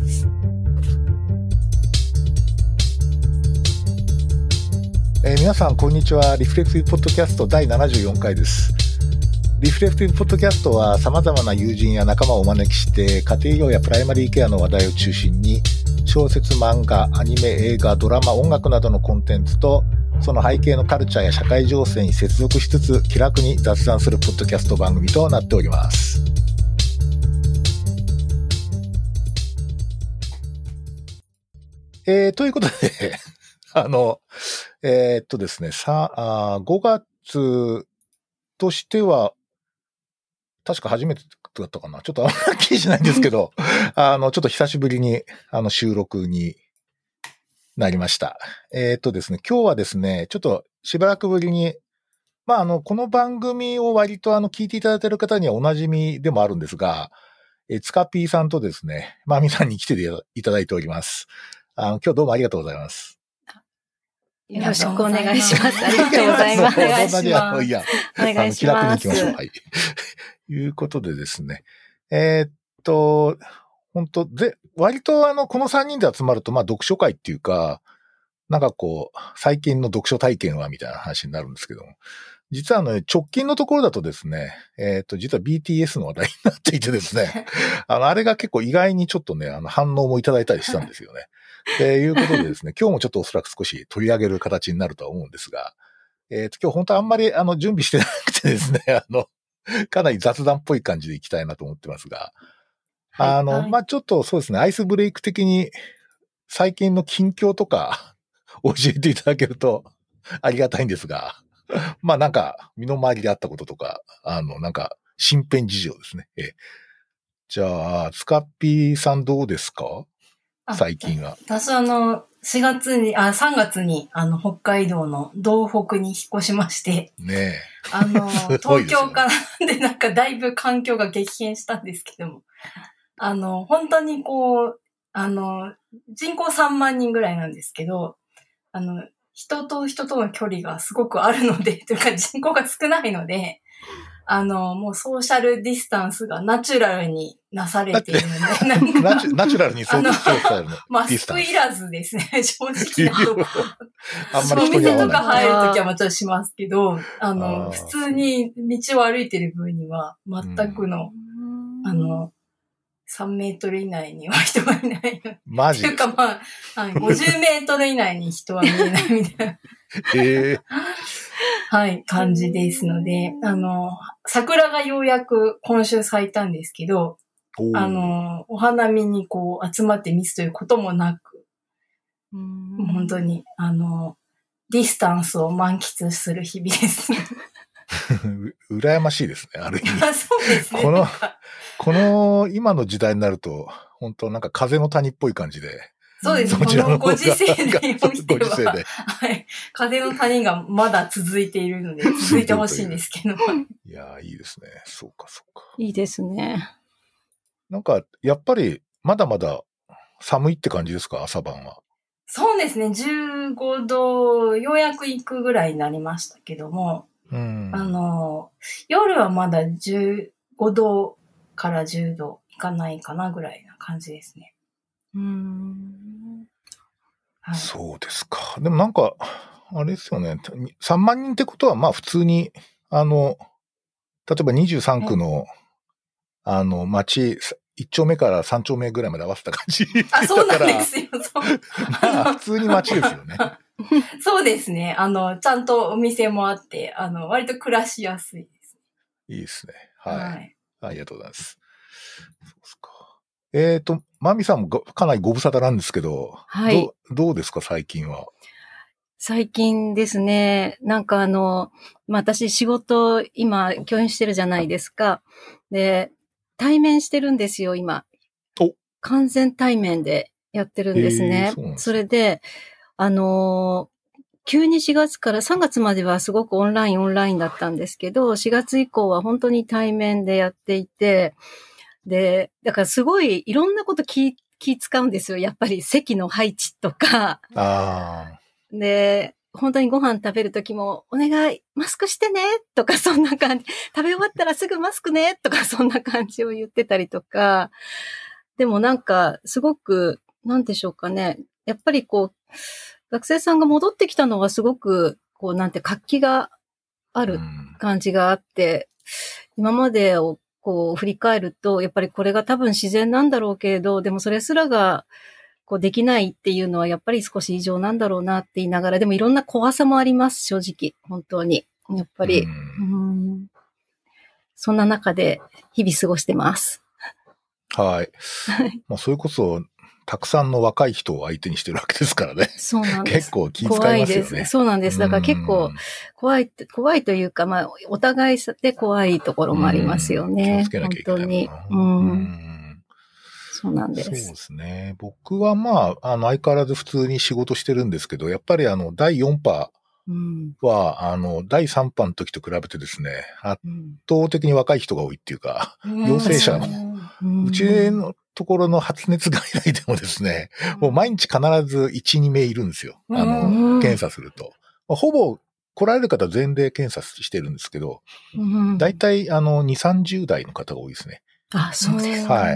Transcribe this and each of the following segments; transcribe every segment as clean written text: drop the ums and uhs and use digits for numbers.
皆さんこんにちは。リフレクティブポッドキャスト第74回です。リフレクティブポッドキャストは様々な友人や仲間をお招きして家庭用やプライマリーケアの話題を中心に小説、漫画、アニメ、映画、ドラマ、音楽などのコンテンツとその背景のカルチャーや社会情勢に接続しつつ気楽に雑談するポッドキャスト番組となっております。ということでですね、5月としては、確か初めてだったかな。ちょっとあんまり気にしないんですけど、ちょっと久しぶりに、収録になりました。ですね、今日はですね、ちょっとしばらくぶりに、この番組を割と聞いていただいている方にはお馴染みでもあるんですが、つかぴーさんとですね、まみさんに来ていただいております。今日どうもありがとうございます。 よろしくお願いします。ありがとうございます。お願いします。 お願いします。気楽に行きましょう。はい。いうことでですね。本当で、割とこの3人で集まると、読書会っていうか、なんかこう、最近の読書体験はみたいな話になるんですけども、実は直近のところだとですね、実は BTS の話題になっていてですね、あれが結構意外にちょっとね、反応もいただいたりしたんですよね。ということでですね、今日もちょっとおそらく少し取り上げる形になるとは思うんですが、今日本当あんまり準備してなくてですね、かなり雑談っぽい感じでいきたいなと思ってますが、ちょっとそうですね、アイスブレイク的に最近の近況とか教えていただけるとありがたいんですが、なんか身の回りであったこととか、なんか身辺事情ですね。じゃあ、つかっぴーさんどうですか？最近は。 私3月に北海道の道北に引っ越しまして、 ね東京からでなんかだいぶ環境が激変したんですけども、本当にこう、人口3万人ぐらいなんですけど、人と人との距離がすごくあるので、というか人口が少ないので、もうソーシャルディスタンスがナチュラルになされているので、 ナチュラルにソーシャルのマスクいらずですね、正直なとこ。 あんまり人に会わない。 お店とか入るときはもちろんしますけど、普通に道を歩いてる分には、全くの、3メートル以内には人がいない。 マジですか？ というか50メートル以内に人は見えないみたいな。はい、感じですので、桜がようやく今週咲いたんですけど、お花見にこう集まって密ということもなく、本当に、ディスタンスを満喫する日々です。 羨ましいですね、ある意味。 そうですね。 この今の時代になると、本当なんか風の谷っぽい感じで。 そうです。このご時世ではい。風の谷がまだ続いているので、続いてほしいんですけど。 いやー、いいですね。そうか。 いいですね。 なんか、やっぱり、まだまだ寒いって感じですか、朝晩は。 そうですね。15度、ようやく行くぐらいになりましたけども、夜はまだ15度から10度いかないかなぐらいな感じですね。 はい、そうですか。でもなんか、あれですよね。3万人ってことは、普通に、例えば23区の、町、1丁目から3丁目ぐらいまで合わせた感じ。 そうなんですよ。 普通に町ですよね。 そうですね。ちゃんとお店もあって、割と暮らしやすいです。 いいですね。はい。ありがとうございます。そうですか。マミさんもかなりご無沙汰なんですけど、 はい。 どうですか、最近は。 最近ですね、なんか私仕事今教員してるじゃないですか。で、対面してるんですよ、今。完全対面でやってるんですね。それで、急に4月から3月まではすごくオンラインだったんですけど、4月以降は本当に対面でやっていて、で、だからすごいいろんなこと気使うんですよ。やっぱり席の配置とか。で、本当にご飯食べるときも、お願い、マスクしてねとかそんな感じ。食べ終わったらすぐマスクねとかそんな感じを言ってたりとか。 でもなんか、すごく、なんでしょうかね。やっぱりこう、学生さんが戻ってきたのはすごく、こう、なんて活気がある感じがあって、今までをこう振り返ると、やっぱりこれが多分自然なんだろうけれど、でもそれすらがこうできないっていうのはやっぱり少し異常なんだろうなって言いながら、でもいろんな怖さもあります、正直。本当に。やっぱり。そんな中で日々過ごしてます。 はい。まあ、それこそ、たくさんの若い人を相手にしてるわけですからね。 そうなんです。 結構気遣いますよね。怖いです。 そうなんです。だから結構怖いというか、まあ、お互いで怖いところもありますよね。 気をつけなきゃいけない。 本当に。そうなんです。 そうですね。僕はまあ、相変わらず普通に仕事してるんですけど、やっぱり第4波は、第3波の時と比べてですね、圧倒的に若い人が多いっていうか、陽性者も、うちのところの発熱外来でもですね、もう毎日必ず1、2名いるんですよ。検査すると。ほぼ来られる方全例検査してるんですけど、だいたい2、30代の方が多いですね。 あ、そうです。 はい。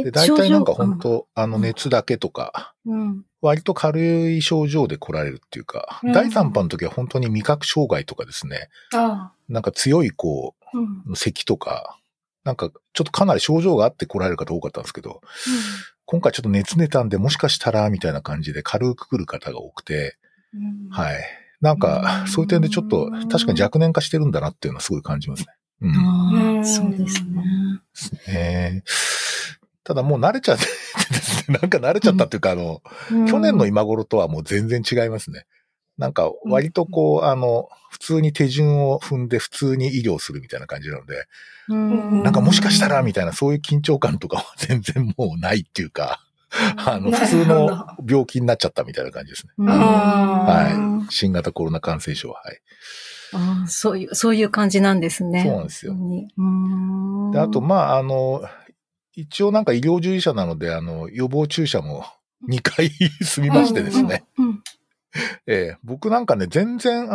で、大体なんか本当熱だけとか、割と軽い症状で来られるっていうか、第3波の時は本当に味覚障害とかですね、なんか強いこう、咳とか、なんかちょっとかなり症状があって来られる方多かったんですけど、今回ちょっと熱出たんでもしかしたらみたいな感じで軽く来る方が多くて、はい。なんかそういう点でちょっと確かに若年化してるんだなっていうのはすごい感じますね。 そうですね。 ただもう慣れちゃってですね、なんか慣れちゃったっていうか、去年の今頃とはもう全然違いますね。なんか割とこう、普通に手順を踏んで普通に医療するみたいな感じなので、なんかもしかしたらみたいなそういう緊張感とかは全然もうないっていうか、普通の病気になっちゃったみたいな感じですね。はい。新型コロナ感染症は、はい。 そういう感じなんですね。 そうなんですよ。で、あと、まあ、一応なんか医療従事者なので、予防注射も2回済みましてですね。僕なんかね、全然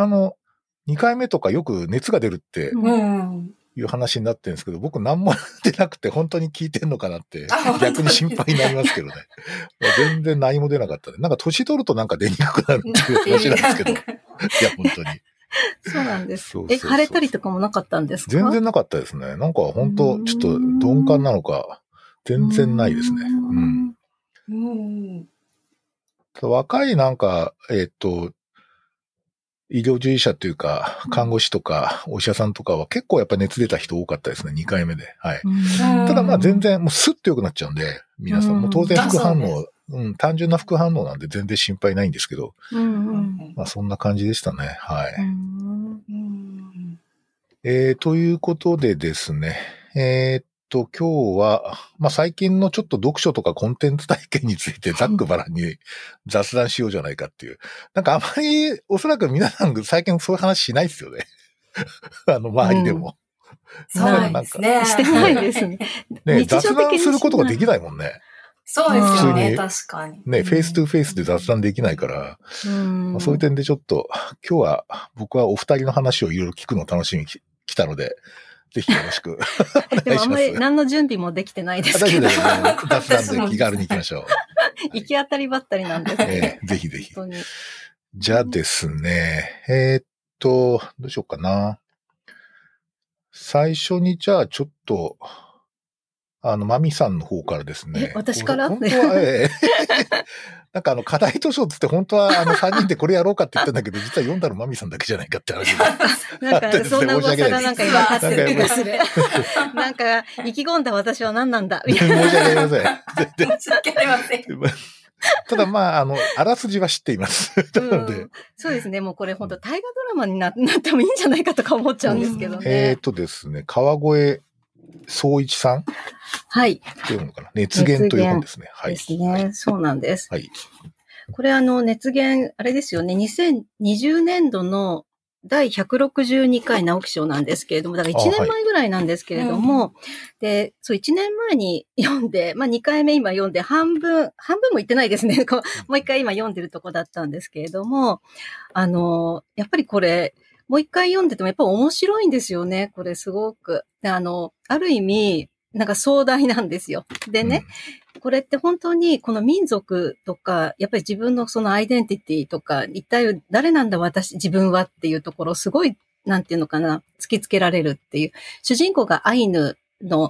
2回目とかよく熱が出るっていう話になってるんですけど、僕何も出なくて本当に効いてんのかなって逆に心配になりますけどね。全然何も出なかったね。なんか年取るとなんか出にくくなるっていう話なんですけど。いや、本当に。 そうなんです。腫れたりとかもなかったんですか？ 全然なかったですね。なんか本当ちょっと鈍感なのか、全然ないですね。若いなんか、医療従事者というか、看護師とか、お医者さんとかは結構やっぱり熱出た人多かったですね、2回目で。はい。ただまあ全然もうスッと良くなっちゃうんで、皆さん。もう当然副反応、単純な副反応なんで全然心配ないんですけど、まあそんな感じでしたね。はい。ということでですね、今日は、まあ、最近のちょっと読書とかコンテンツ体験についてざっくばらんに雑談しようじゃないかっていう。なんかあまり、おそらく皆さん最近そういう話しないですよね。周りでも。 そうですね。 してないですね。 ね、雑談することができないもんね。 そうですよね、確かに。 ね、フェイストゥフェイスで雑談できないから、まあ、そういう点でちょっと、今日は僕はお二人の話をいろいろ聞くのを楽しみに来たので、ぜひよろしくお願いします。 でもあんまり何の準備もできてないですけど。 雑談で気軽に行きましょう。 行き当たりばったりなんですけど。ぜひぜひ。じゃあですね、どうしようかな。最初にじゃあちょっと、マミさんの方からですね。 私から本当は、なんか課題図書つって本当は3人でこれやろうかって言ったんだけど、実は読んだのマミさんだけじゃないかって話が。 なんか、そんな噂がなんか今立ってる気がする。なんか、意気込んだ私は何なんだ申し訳ありません。 申し訳ありません。 ただまあ、あらすじは知っています。 そうですね。もうこれ本当大河ドラマになってもいいんじゃないかとか思っちゃうんですけどね。 ですね、川越総一さん。 はい。 っていうのかな。熱源という本ですね。 はい。ですね。そうなんです。 はい。 これ熱源、あれですよね。2020年度の第162回直木賞なんですけれども、だから1年前ぐらいなんですけれども、で、そう1年前に読んで、まあ2回目今読んで半分も言ってないですね。もう一回今読んでるとこだったんですけれども、やっぱりこれ、もう一回読んでてもやっぱ面白いんですよね。これすごく。である意味、 なんか壮大なんですよ。でね、これって本当にこの民族とか、やっぱり自分のそのアイデンティティとか、一体誰なんだ自分はっていうところをすごい、なんていうのかな、突きつけられるっていう。主人公がアイヌの、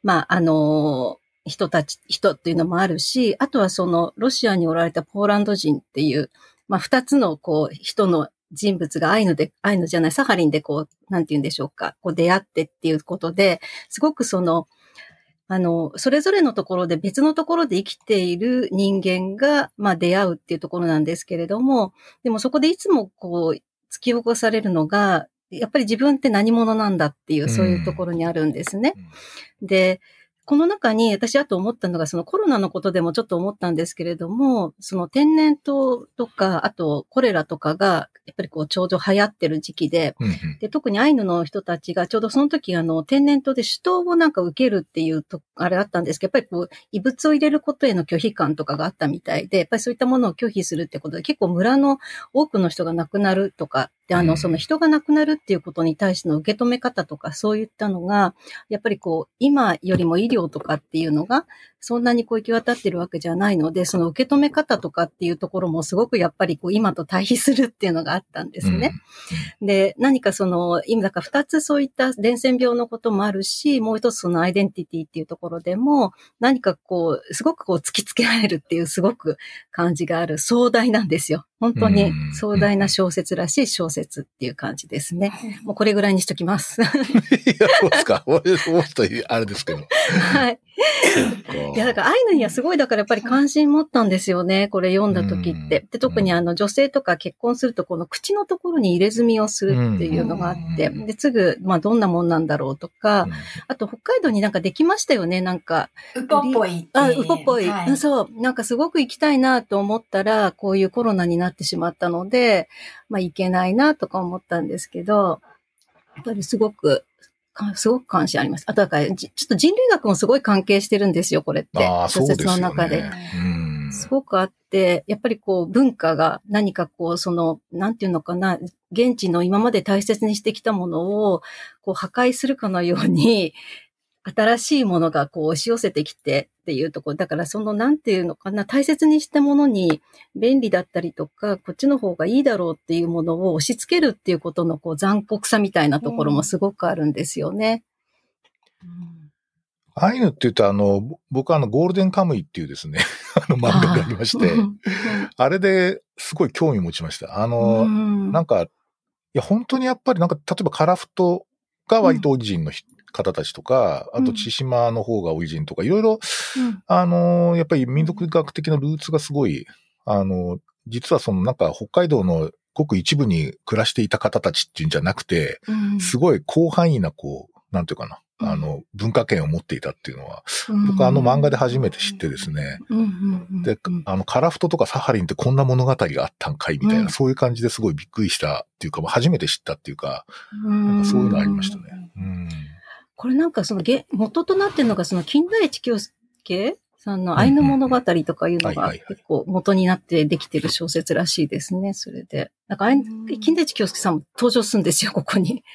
人っていうのもあるし、あとはそのロシアにおられたポーランド人っていう、二つの人の人物がアイヌじゃない、サハリンでなんて言うんでしょうか、出会ってっていうことで、すごくそれぞれのところで別のところで生きている人間が、出会うっていうところなんですけれども、でもそこでいつも突き起こされるのが、やっぱり自分って何者なんだっていう、そういうところにあるんですね。で、この中に私あと思ったのが、そのコロナのことでもちょっと思ったんですけれども、その天然痘とか、あとコレラとかが、やっぱりちょうど流行ってる時期で、で、特にアイヌの人たちがちょうどその時天然痘で手刀をなんか受けるっていうあれあったんですけど、やっぱり異物を入れることへの拒否感とかがあったみたいで、やっぱりそういったものを拒否するってことで、結構村の多くの人が亡くなるとか、で、その人が亡くなるっていうことに対しての受け止め方とか、そういったのが、やっぱり今よりも医療とかっていうのが、そんなに行き渡ってるわけじゃないので、その受け止め方とかっていうところもすごくやっぱり今と対比するっていうのがあったんですね。で、何か今だから二つそういった伝染病のこともあるし、もう一つそのアイデンティティっていうところでも、何かすごく突きつけられるっていうすごく感じがある壮大なんですよ。本当に壮大な小説らしい小説っていう感じですね。もうこれぐらいにしときます。 いや、そうですか。俺、もっとあれですけど。 はい。いや、だからアイヌにはすごい、だからやっぱり関心持ったんですよね。これ読んだ時って。で、特に女性とか結婚すると、この口のところに入れ墨をするっていうのがあって、で、すぐ、どんなもんなんだろうとか、あと北海道になんかできましたよね、なんか。 ウポっぽい。 ウポっぽい、はい。そう。なんかすごく行きたいなと思ったら、こういうコロナになってしまったので、行けないなとか思ったんですけど、やっぱりすごく関心あります。あとだから、ちょっと人類学もすごい関係してるんですよ、これって。小説の中で。すごくあって、やっぱり文化が何かなんていうのかな、現地の今まで大切にしてきたものを破壊するかのように、新しいものが押し寄せてきてっていうところ。だからなんていうのかな、大切にしたものに便利だったりとか、こっちの方がいいだろうっていうものを押し付けるっていうことの残酷さみたいなところもすごくあるんですよね。 アイヌって言うと僕はゴールデンカムイっていうですね、漫画がありまして、あれですごい興味持ちました。なんか、いや本当にやっぱりなんか、例えばカラフトが割とオリジンの方たちとか、あと千島の方がオリジンとか、いろいろ、やっぱり民族学的なルーツがすごい、実はなんか北海道のごく一部に暮らしていた方たちっていうんじゃなくて、すごい広範囲ななんていうかな、文化圏を持っていたっていうのは、僕は漫画で初めて知ってですね、で、カラフトとかサハリンってこんな物語があったんかいみたいな、そういう感じですごいびっくりしたっていうか、初めて知ったっていうか、なんかそういうのありましたね。 これなんか元となってるのが金田一京介さんのアイヌ物語とかいうのが結構元になってできてる小説らしいですね、それで。なんか金田一京介さんも登場するんですよ、ここに。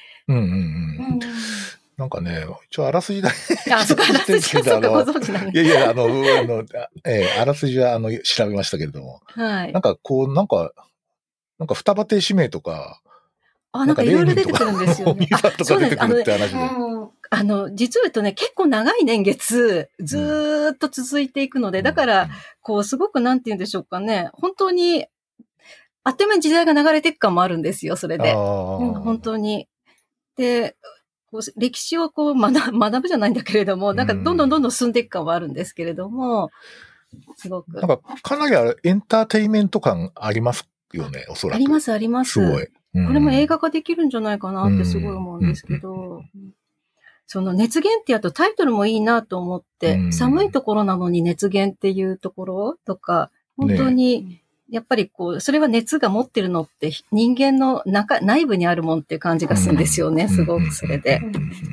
なんかね、一応あらすじだけ。 あ、そうか、あらすじはそうか、ご存知なんです。 いやいや、あらすじは調べましたけれども。 はい。 なんかなんか双葉亭使命とか。 なんかいろいろ出てくるんですよね。 そうです。 実を言うとね、結構長い年月、ずーっと続いていくので、だから、すごくなんて言うんでしょうかね、本当に、あっという間に時代が流れていく感もあるんですよ、それで。本当に。で、歴史を学ぶじゃないんだけれども、なんかどんどん進んでいく感はあるんですけれども、すごく。 なんかかなりエンターテイメント感ありますよね、おそらく。 あります、あります。 すごい。 これも映画化できるんじゃないかなってすごい思うんですけど、その熱源ってあとタイトルもいいなと思って、寒いところなのに熱源っていうところとか、本当に、やっぱりそれは熱が持ってるのって人間の内部にあるもんっていう感じがするんですよね、すごくそれで。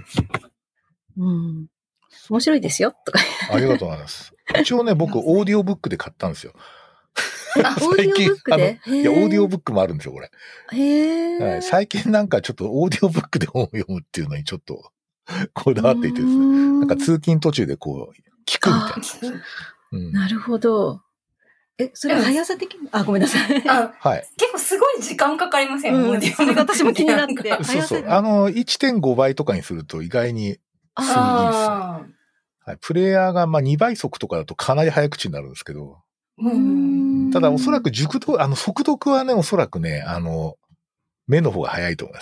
面白いですよ、とか。 ありがとうございます。一応ね、僕、オーディオブックで買ったんですよ。 オーディオブックでいや、オーディオブックもあるんですよ、これ。 へー。 最近なんかちょっとオーディオブックで本を読むっていうのにちょっとこだわっていてですね。なんか通勤途中でこう、聞くみたいな。 なるほど。それは速さ的に、ごめんなさい。 はい。 結構すごい時間かかりません、 それが私も気になって。 そうそう。1.5 倍とかにすると意外に、いいですね。はい。プレイヤーが2倍速とかだとかなり早口になるんですけど。ただおそらく速読はね、おそらくね、目の方が早いと思います。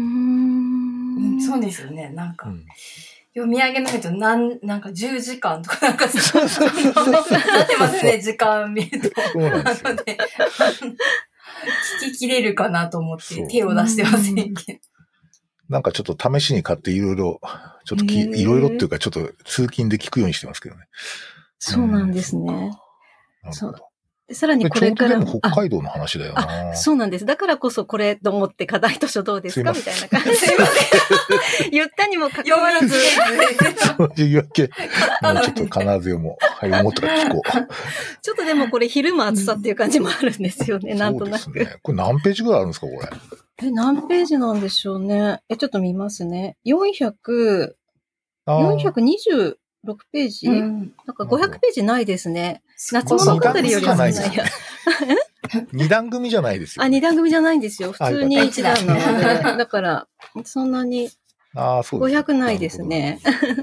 そうですよね。なんか、読み上げないとなんか10時間とかなんかなってますね、時間見ると。 そうなんですよ。 なので、聞き切れるかなと思って手を出してませんけど。 なんかちょっと試しに買っていろいろっていうかちょっと通勤で聞くようにしてますけどね。 そうなんですね。 なるほど。 さらにこれから。 ちょうどでも北海道の話だよな。 そうなんです。だからこそこれと思って課題図書どうですかみたいな感じ。すいません。言ったにもかかわらず。 そういうわけ。もうちょっと必ず読もう。読もうとか聞こう。 ちょっとでもこれ昼間暑さっていう感じもあるんですよね。なんとなく。 そうですね。これ何ページぐらいあるんですかこれ。 何ページなんでしょうね。ちょっと見ますね。426ページ、なんか500ページないですね。夏物語よりは少ないや。 二段組じゃないですよ。 二段組じゃないんですよ。普通に一段なので。だから、そんなに500ないですね。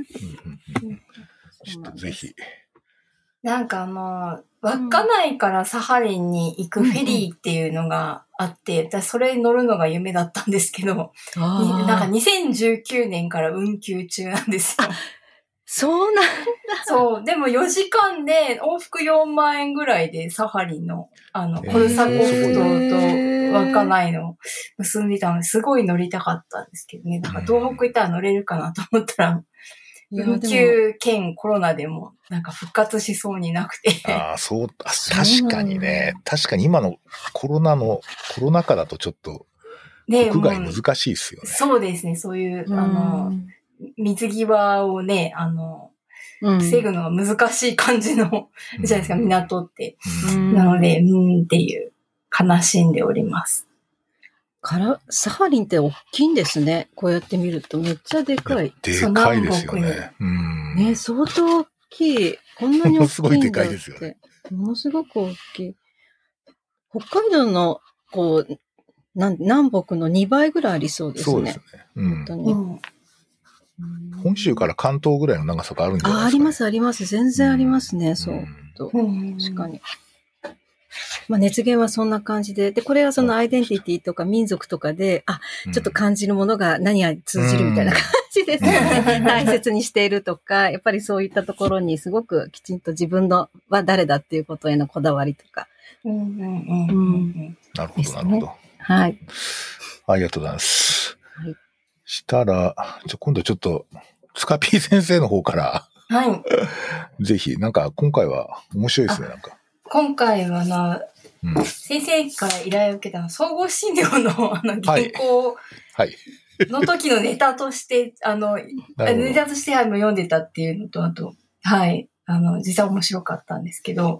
ちょっとぜひ。 なんか稚内からサハリンに行くフェリーっていうのがあって、それに乗るのが夢だったんですけど、なんか2019年から運休中なんですよ。 そうなんだ。 そう。でも4時間で往復4万円ぐらいでサハリンの、コルサコフ島と稚内の結んでたのですごい乗りたかったんですけどね。なんか東北行ったら乗れるかなと思ったら、運休兼コロナでもなんか復活しそうになくて。 確かにね。確かに今のコロナ禍だとちょっと、国外難しいですよね。 そうですね。そういう、水際をね、防ぐのが難しい感じの、じゃないですか、港って。なので、っていう、悲しんでおります。 サハリンって大きいんですね。こうやって見るとめっちゃでかい。 でかいですよね。 ね、相当大きい。こんなに大きいんだって。ものすごいでかいですよね。ものすごく大きい。北海道の、南北の2倍ぐらいありそうですね。 そうですね。 本当に。 本州から関東ぐらいの長さがあるんじゃないですか、 あります、あります。全然ありますね。そう。確かに。熱源はそんな感じで。で、これはそのアイデンティティとか民族とかで、ちょっと感じるものが何や通じるみたいな感じですよね。大切にしているとか、やっぱりそういったところにすごくきちんと自分のは誰だっていうことへのこだわりとか。 なるほど、なるほど。 はい。 ありがとうございます。はい。したら、今度ちょっと、スカピー先生の方から。 はい。 ぜひ、なんか今回は面白いですね、なんか。 今回は先生から依頼を受けた総合診療の原稿の時のネタとして、ネタとして読んでたっていうのと、あと、はい、実際面白かったんですけど、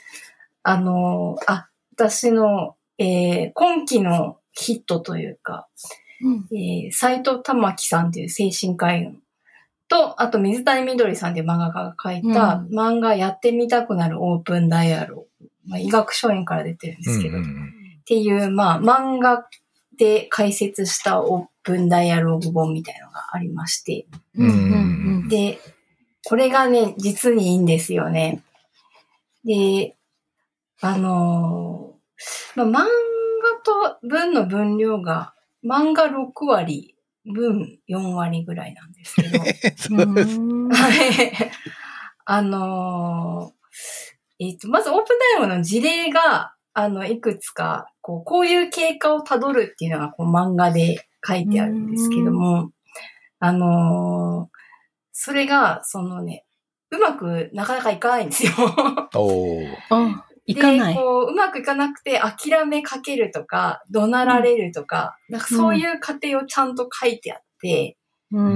私の、今期のヒットというか、斎藤玉樹さんという精神科医のと、あと水谷みどりさんという漫画家が書いた漫画やってみたくなるオープンダイアログ。医学書院から出てるんですけど、っていう、漫画で解説したオープンダイアログ本みたいなのがありまして。で、これがね、実にいいんですよね。で、漫画と文の分量が、漫画6割、分4割ぐらいなんですけど。まずオープンダイアログの事例が、いくつか、こういう経過をたどるっていうのが、漫画で書いてあるんですけども、それが、うまくなかなかいかないんですよ。 いかない。 で、うまくいかなくて諦めかけるとか、怒鳴られるとか、なんかそういう過程をちゃんと書いてあって、で、医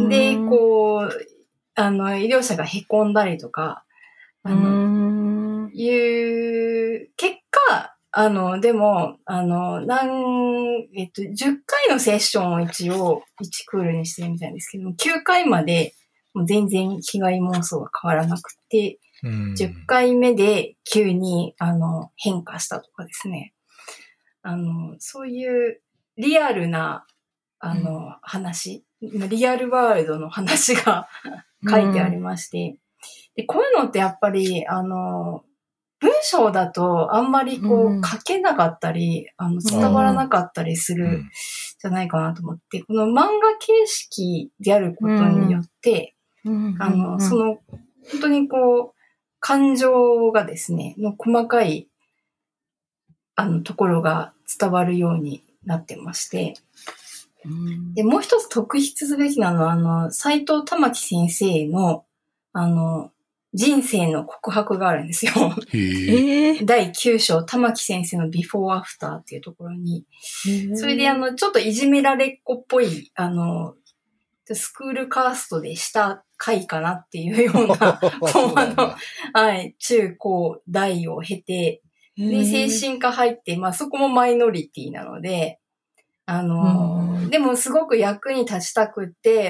療者が凹んだりとか、いう結果、 でも、10回のセッションを一応、1クールにしてるみたいですけども、9回まで、もう全然被害妄想が変わらなくて、10回目で急に、変化したとかですね。そういうリアルな、話、リアルワールドの話が書いてありまして、で、こういうのってやっぱり、文章だとあんまりこう書けなかったり、伝わらなかったりするじゃないかなと思って、この漫画形式であることによって、その、本当にこう、感情がですね、の細かい、ところが伝わるようになってまして、で、もう一つ特筆すべきなのは、斎藤玉樹先生の、人生の告白があるんですよ。第9章、玉木先生のビフォーアフターっていうところに。それでちょっといじめられっ子っぽい、スクールカーストでした回かなっていうような、はい、中高大を経て、で、精神科入って、まあそこもマイノリティなので、でもすごく役に立ちたくって、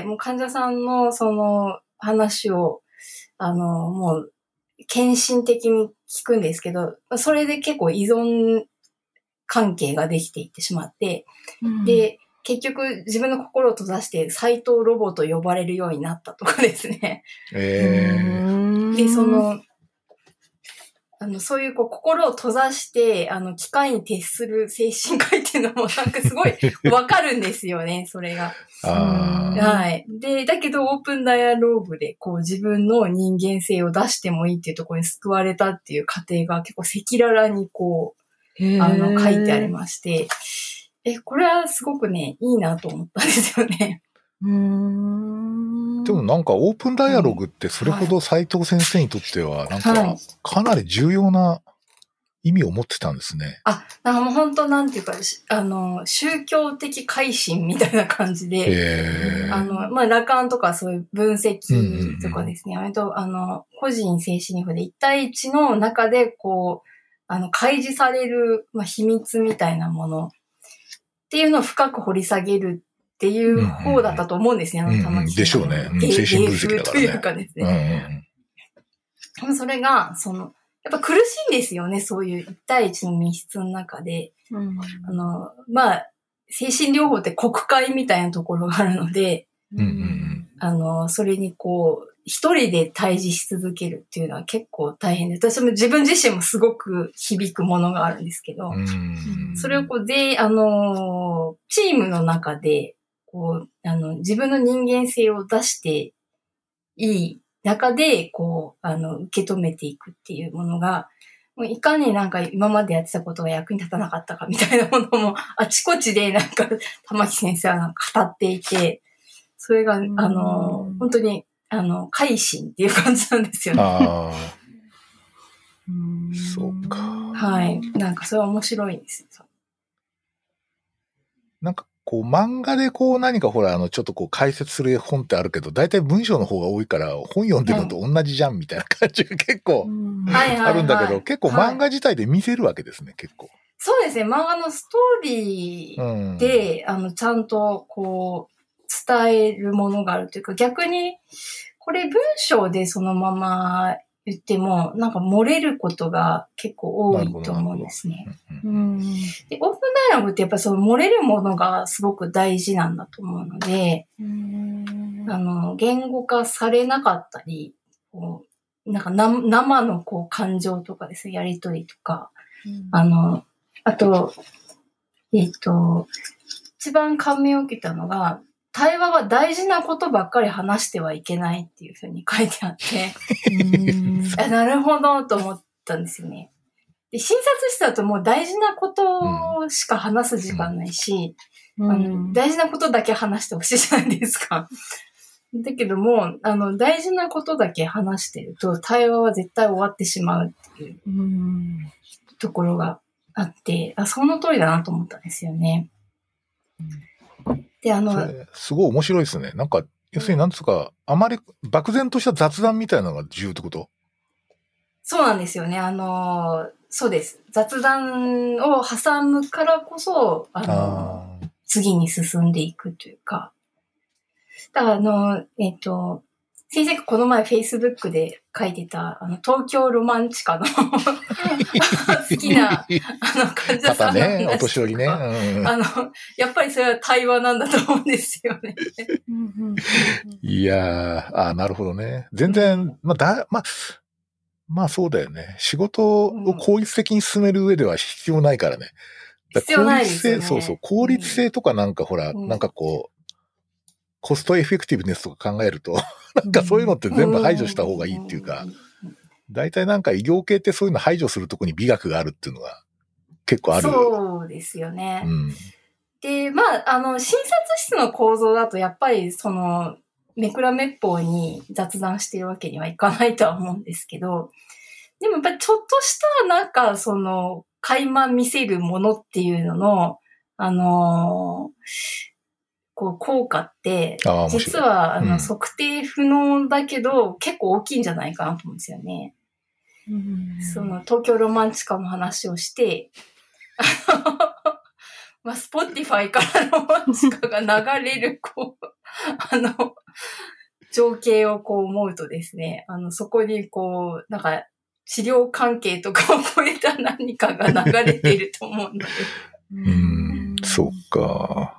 もう患者さんのその話を、もう、献身的に聞くんですけど、それで結構依存関係ができていってしまって、で、結局自分の心を閉ざして斎藤ロボと呼ばれるようになったとかですね。で、そういうこう心を閉ざして、機械に徹する精神科医っていうのもなんかすごいわかるんですよね、それが。はい。で、だけどオープンダイアローグでこう自分の人間性を出してもいいっていうところに救われたっていう過程が結構赤裸々にこう、書いてありまして、これはすごくね、いいなと思ったんですよね。 でもなんかオープンダイアログってそれほど斉藤先生にとってはなんかかなり重要な意味を持ってたんですね。 なんかもう本当なんていうか、宗教的改心みたいな感じで、まあ、ラカンとかそういう分析とかですね、割と個人精神医療で1対1の中でこう、開示される、まあ、秘密みたいなものっていうのを深く掘り下げるっていう方だったと思うんですね、玉木先生。 でしょうね。精神分析だからね。 というかですね。それが、やっぱ苦しいんですよね、そういう1対1の密室の中で。まあ、精神療法って国会みたいなところがあるので、それにこう、一人で対峙し続けるっていうのは結構大変で、私も自分自身もすごく響くものがあるんですけど、それをこうチームの中で、こう、自分の人間性を出していい中で、こう、受け止めていくっていうものが、もういかになんか今までやってたことが役に立たなかったかみたいなものも、あちこちでなんか、玉木先生はなんか語っていて、それが、本当に、改心っていう感じなんですよね。 そうか。 はい。なんかそれは面白いんですよ。 なんかこう漫画でこう何かほらちょっとこう解説する本ってあるけど、大体文章の方が多いから本読んでるのと同じじゃんみたいな感じが結構あるんだけど、結構漫画自体で見せるわけですね、結構。 そうですね。漫画のストーリーで、ちゃんとこう伝えるものがあるというか、逆にこれ文章でそのまま言っても、なんか漏れることが結構多いと思うんですね。で、オープンダイアログってやっぱその漏れるものがすごく大事なんだと思うので、言語化されなかったり、こうなんか生のこう感情とかですね、やりとりとか、あと、一番感銘を受けたのが、対話は大事なことばっかり話してはいけないっていうふうに書いてあって、なるほどと思ったんですよね。で、診察室だともう大事なことしか話す時間ないし、大事なことだけ話してほしいじゃないですか。だけども、大事なことだけ話してると、対話は絶対終わってしまうっていうところがあって、その通りだなと思ったんですよね。 ですごい面白いですね。なんか、要するになんつうか、あまり漠然とした雑談みたいなのが重要ってこと？ そうなんですよね。 そうです。雑談を挟むからこそ、次に進んでいくというか。だから先生がこの前 Facebook で書いてた、東京ロマンチカの好きな、患者さんの話とか。 ね、お年寄りね。 やっぱりそれは対話なんだと思うんですよね。 いやー、なるほどね。全然、まあそうだよね。仕事を効率的に進める上では必要ないからね。 必要ないですよね。 そうそう。効率性とかなんかほら、なんかこう、コストエフェクティブネスとか考えると、なんかそういうのって全部排除した方がいいっていうか、大体なんか医療系ってそういうの排除するとこに美学があるっていうのが結構ある。 そうですよね。で、まあ、診察室の構造だとやっぱりめくらめっぽうに雑談してるわけにはいかないとは思うんですけど、でもやっぱりちょっとしたなんか垣間見せるものっていうのの、効果って、実は、測定不能だけど、結構大きいんじゃないかなと思うんですよね。東京ロマンチカの話をして、スポティファイからロマンチカが流れる、情景を思うとですね、そこになんか、治療関係とかを超えた何かが流れていると思うので。そっか。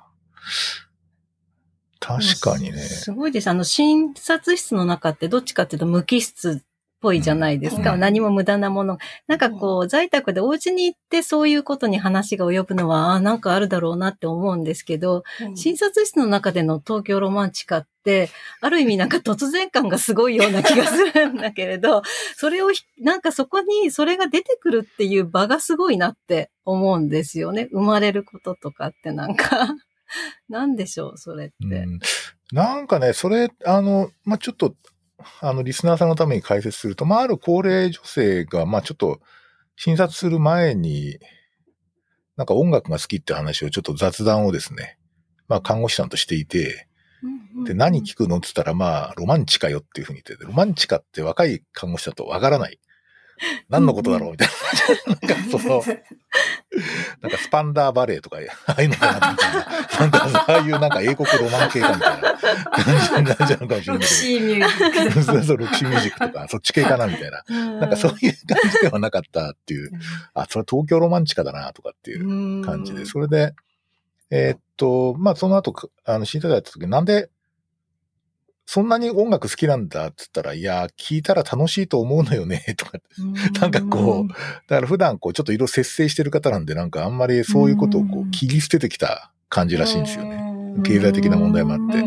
確かにね。 すごいです。診察室の中ってどっちかっていうと無機質っぽいじゃないですか。何も無駄なもの。なんか在宅でお家に行ってそういうことに話が及ぶのは、なんかあるだろうなって思うんですけど、診察室の中での東京ロマンチカって、ある意味なんか突然感がすごいような気がするんだけれど、それを、なんかそこにそれが出てくるっていう場がすごいなって思うんですよね。生まれることとかってなんか。なんでしょう、それって。 なんかね、それ、ちょっと、リスナーさんのために解説すると、ある高齢女性が、ちょっと、診察する前に、なんか音楽が好きって話をちょっと雑談をですね、看護師さんとしていて、で、何聞くのって言ったら、ロマンチカよっていうふうに言って、ロマンチカって若い看護師だとわからない。何のことだろうみたいな。なんかスパンダーバレーとか、ああいうのかなみたいな。なんかああいうなんか英国ロマン系かみたいな感じになっちゃうかもしれないけど。 ロキシーミュージック。 そう、ロキシーミュージックとか、そっち系かなみたいな。なんかそういう感じではなかったっていう。それ東京ロマンチカだなとかっていう感じで。それで、その後、診察やった時、なんで、そんなに音楽好きなんだって言ったら、いや、聞いたら楽しいと思うのよね、とか。なんかだから普段ちょっといろいろ節制してる方なんで、なんかあんまりそういうことを切り捨ててきた感じらしいんですよね。経済的な問題もあって。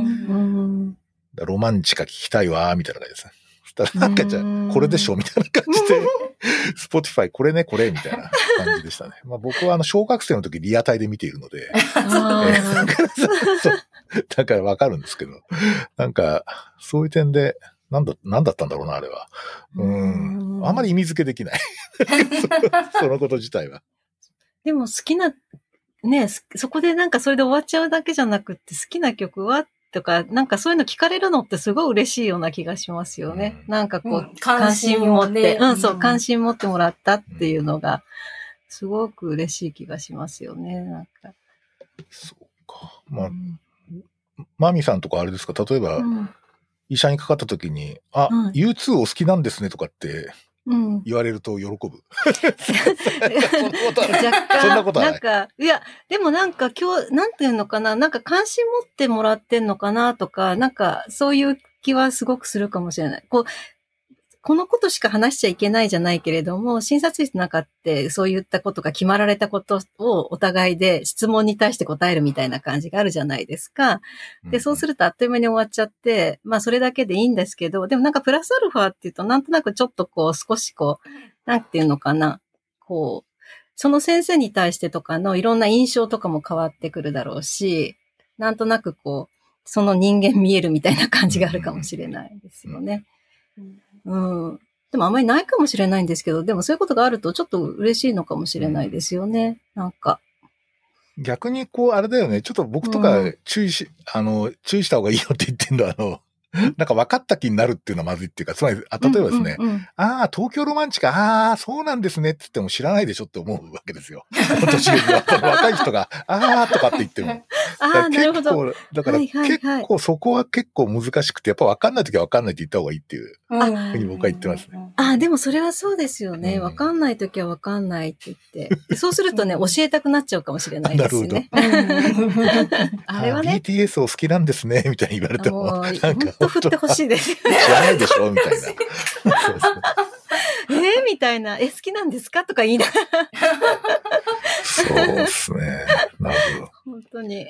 ロマンチカ聞きたいわ、みたいな感じですね。そしたらなんかじゃあ、これでしょみたいな感じで、スポティファイこれね、これ、みたいな感じでしたね。僕は小学生の時リアタイで見ているので、だからわかるんですけど、なんか、そういう点で、なんだったんだろうな、あれは。あんまり意味付けできない。そのこと自体は。 でも好きな、ね、そこでなんかそれで終わっちゃうだけじゃなくって、好きな曲はとか、なんかそういうの聞かれるのってすごい嬉しいような気がしますよね。なんか関心持って、関心持ってもらったっていうのが、すごく嬉しい気がしますよね、なんか。 そうか。マミさんとかあれですか、例えば、医者にかかった時に、U2 お好きなんですねとかって言われると喜ぶ。そんなことはない。 なんか、いや、でもなんか今日、なんていうのかな、なんか関心持ってもらってんのかなとか、なんかそういう気はすごくするかもしれない。このことしか話しちゃいけないじゃないけれども、診察室の中ってそういったことが決まられたことをお互いで質問に対して答えるみたいな感じがあるじゃないですか。で、そうするとあっという間に終わっちゃって、それだけでいいんですけど、でもなんかプラスアルファっていうとなんとなくちょっと少しなんていうのかな、その先生に対してとかのいろんな印象とかも変わってくるだろうし、なんとなくその人間見えるみたいな感じがあるかもしれないですよね。でもあんまりないかもしれないんですけど、でもそういうことがあるとちょっと嬉しいのかもしれないですよね。なんか。 逆にあれだよね。ちょっと僕とか注意した方がいいよって言ってんのなんか分かった気になるっていうのはまずいっていうか、つまり、例えばですね、ああ、東京ロマンチか、ああ、そうなんですねって言っても知らないでしょって思うわけですよ。年寄りは若い人が、ああとかって言っても。 ああ、なるほど。 だから結構そこは結構難しくて、やっぱ分かんないときは分かんないって言った方がいいっていうふうに僕は言ってますね。 ああ、でもそれはそうですよね。分かんないときは分かんないって言って。そうするとね、教えたくなっちゃうかもしれないですね。 なるほど。あれはね。BTS を好きなんですね、みたいに言われても。 なんか本当振ってほしいですよね。 知らないでしょみたいな。 みたいな。好きなんですかとか言いながら。 そうですね。なるほど。 本当に。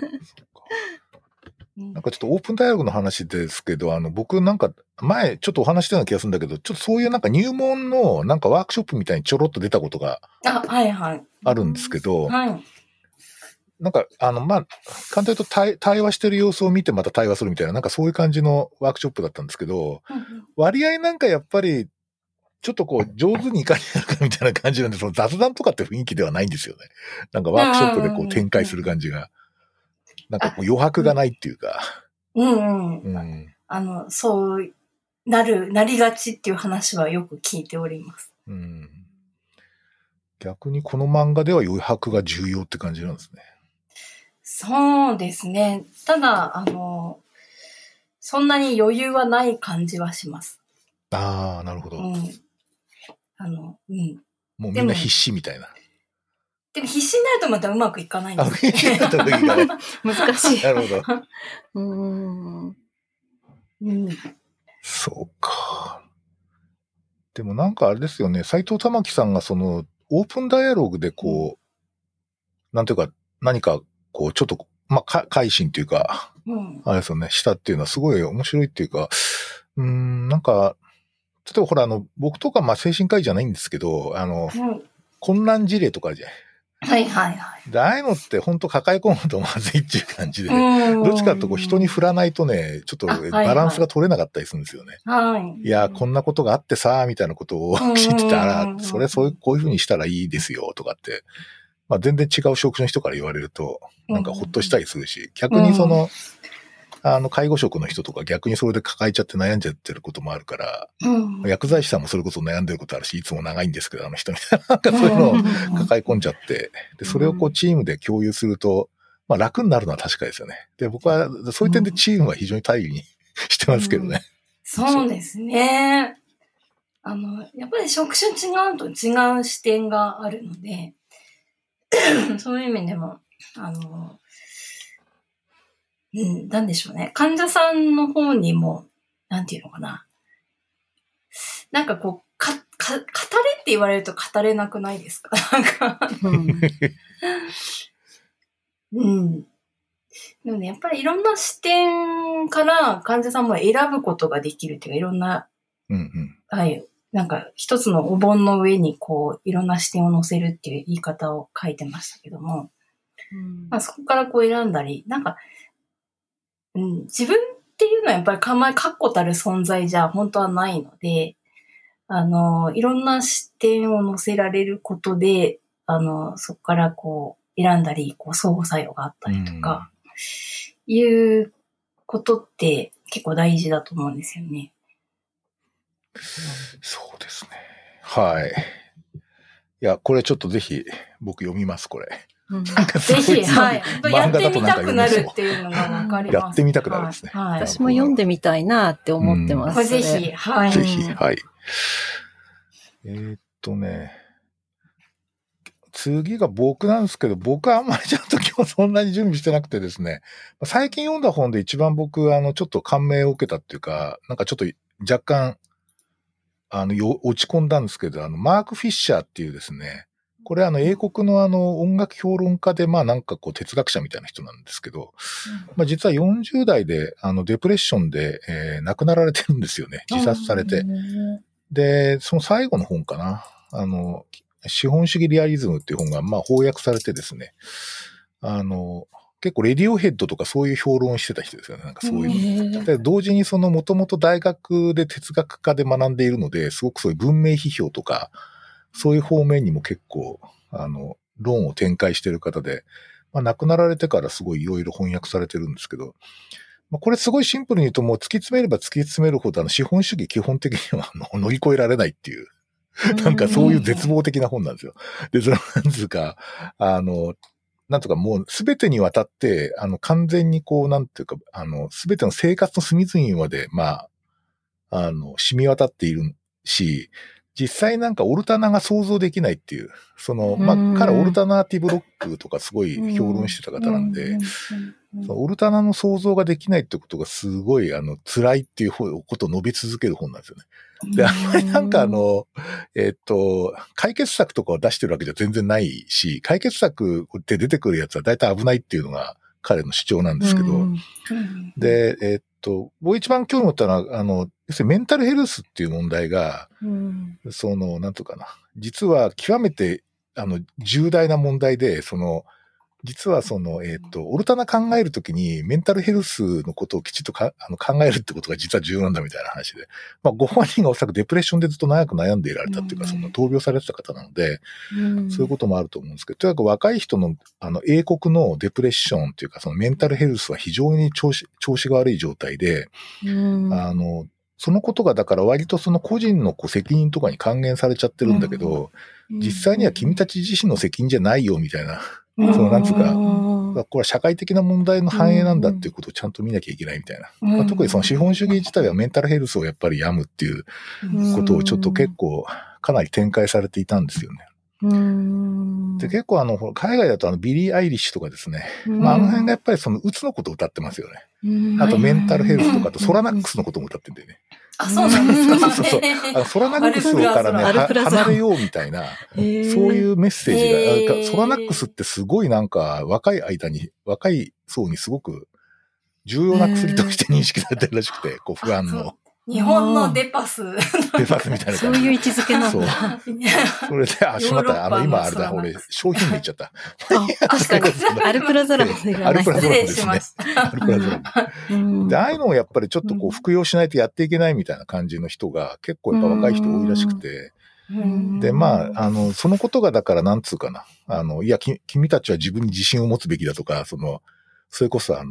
なんかちょっとオープンダイアログの話ですけど、僕なんか前ちょっとお話したような気がするんだけど、ちょっとそういうなんか入門のなんかワークショップみたいにちょろっと出たことがあるんですけど、なんかまあ、簡単に言うと対話してる様子を見てまた対話するみたいな、なんかそういう感じのワークショップだったんですけど、割合なんかやっぱり、ちょっとこう、上手にいかになるかみたいな感じなんで、その雑談とかって雰囲気ではないんですよね。なんかワークショップでこう展開する感じが。なんかこう余白がないっていうか。 そうなりがちっていう話はよく聞いております。 逆にこの漫画では余白が重要って感じなんですね。 そうですね。ただ、そんなに余裕はない感じはします。 ああ、なるほど。もうみんな必死みたいな。 でも必死になるとまたうまくいかないんですよ。 難しい。 なるほど。そうか。でもなんかあれですよね、斎藤珠樹さんがそのオープンダイアログでこう、なんていうか何かこうちょっと、まあ、改心っていうか、あれですよね、したっていうのはすごい面白いっていうか、なんか、例えばほら僕とかまあ精神科医じゃないんですけど、困難事例とかあるじゃない。 はいはいはい。 で、ああいうのって本当抱え込むとまずいっていう感じで、どっちかっていうとこう人に振らないとね、ちょっとバランスが取れなかったりするんですよね。いや、こんなことがあってさ、みたいなことを聞いてたら、こういうふうにしたらいいですよ、とかって、まあ全然違う職種の人から言われると、なんかほっとしたりするし、逆に介護職の人とか逆にそれで抱えちゃって悩んじゃってることもあるから、薬剤師さんもそれこそ悩んでることあるし、いつも長いんですけど、人みたいな、なんかそういうのを抱え込んじゃって、で、それをこうチームで共有すると、まあ楽になるのは確かですよね。で、僕はそういう点でチームは非常に頼りにしてますけどね。 そうですね。やっぱり職種違うと違う視点があるので、そういう意味でも、なんでしょうね。患者さんの方にも、なんていうのかな。なんかこう、語れって言われると語れなくないですか？なんかでもね、やっぱりいろんな視点から患者さんも選ぶことができるっていうか、いろんな、はい。なんか一つのお盆の上にこう、いろんな視点を乗せるっていう言い方を書いてましたけども、まあそこからこう選んだり、なんか、自分っていうのはやっぱり確固たる存在じゃ本当はないので、いろんな視点を乗せられることで、そこからこう選んだり、こう相互作用があったりとか、いうことって結構大事だと思うんですよね。 そうですね。はい。いや、これちょっとぜひ僕読みます、これ。 ぜひ、はい。やってみたくなるっていうのがわかります。 やってみたくなるんですね。 私も読んでみたいなって思ってます。 ぜひ、はい。 ぜひ、はい。次が僕なんですけど、僕はあんまりちょっと今日そんなに準備してなくてですね、最近読んだ本で一番僕、ちょっと感銘を受けたっていうか、なんかちょっと若干、落ち込んだんですけど、マーク・フィッシャーっていうですね、これ英国の音楽評論家で、まあなんかこう哲学者みたいな人なんですけど、まあ実は40代でデプレッションで、亡くなられてるんですよね。自殺されて。で、その最後の本かな。資本主義リアリズムっていう本がまあ翻訳されてですね、結構レディオヘッドとかそういう評論をしてた人ですよね。なんかそういうの。で同時にもともと大学で哲学科で学んでいるので、すごくそういう文明批評とか、そういう方面にも結構、論を展開している方で、まあ亡くなられてからすごいいろいろ翻訳されてるんですけど、 これすごいシンプルに言うともう突き詰めれば突き詰めるほど資本主義基本的には乗り越えられないっていう、なんかそういう絶望的な本なんですよ。で、そのなんつうか、なんとかもうすべてにわたって、完全にこう、なんていうか、すべての生活の隅々まで、まあ、染み渡っているし、実際なんかオルタナが想像できないっていう、彼オルタナティブロックとかすごい評論してた方なんで、オルタナの想像ができないってことがすごい、辛いっていうことを述べ続ける本なんですよね。で、あんまりなんか解決策とかを出してるわけじゃ全然ないし、解決策って出てくるやつは大体危ないっていうのが彼の主張なんですけど、で、僕一番興味持ったのは、要するにメンタルヘルスっていう問題が、なんというかな、実は極めて、重大な問題で、実はオルタナ考えるときにメンタルヘルスのことをきちっと考えるってことが実は重要なんだみたいな話で。まあ、ご本人がおそらくデプレッションでずっと長く悩んでいられたっていうか、闘病されてた方なので、そういうこともあると思うんですけど、とにかく若い人の、英国のデプレッションっていうか、メンタルヘルスは非常に調子が悪い状態で、そのことがだから割と個人の責任とかに還元されちゃってるんだけど、実際には君たち自身の責任じゃないよみたいな、なんつうか、これは社会的な問題の反映なんだっていうことをちゃんと見なきゃいけないみたいな。まあ、特に資本主義自体はメンタルヘルスをやっぱり病むっていうことをちょっと結構かなり展開されていたんですよね。で、結構海外だとビリー・アイリッシュとかですね。まあ、あの辺がやっぱりうつのことを歌ってますよね。あとメンタルヘルスとかとソラナックスのことも歌ってんだよね。 あ、そうなんですか。 そう。ソラナックスからね、離れようみたいな、そういうメッセージが、ソラナックスってすごいなんか若い層にすごく重要な薬として認識されてるらしくて、不安の。 日本のデパス。 デパスみたいな。 そういう位置づけなんだ。 それで、しまった。今あれだ、俺、商品名言っちゃった。 確かに。アルプラゾラムでアルプラゾラムですね。アルプラゾラム。で、ああいうのをやっぱりちょっと服用しないとやっていけないみたいな感じの人が結構やっぱ若い人多いらしくて。で、まあ、そのことがだからなんつうかな。いや、君たちは自分に自信を持つべきだとか、それこそ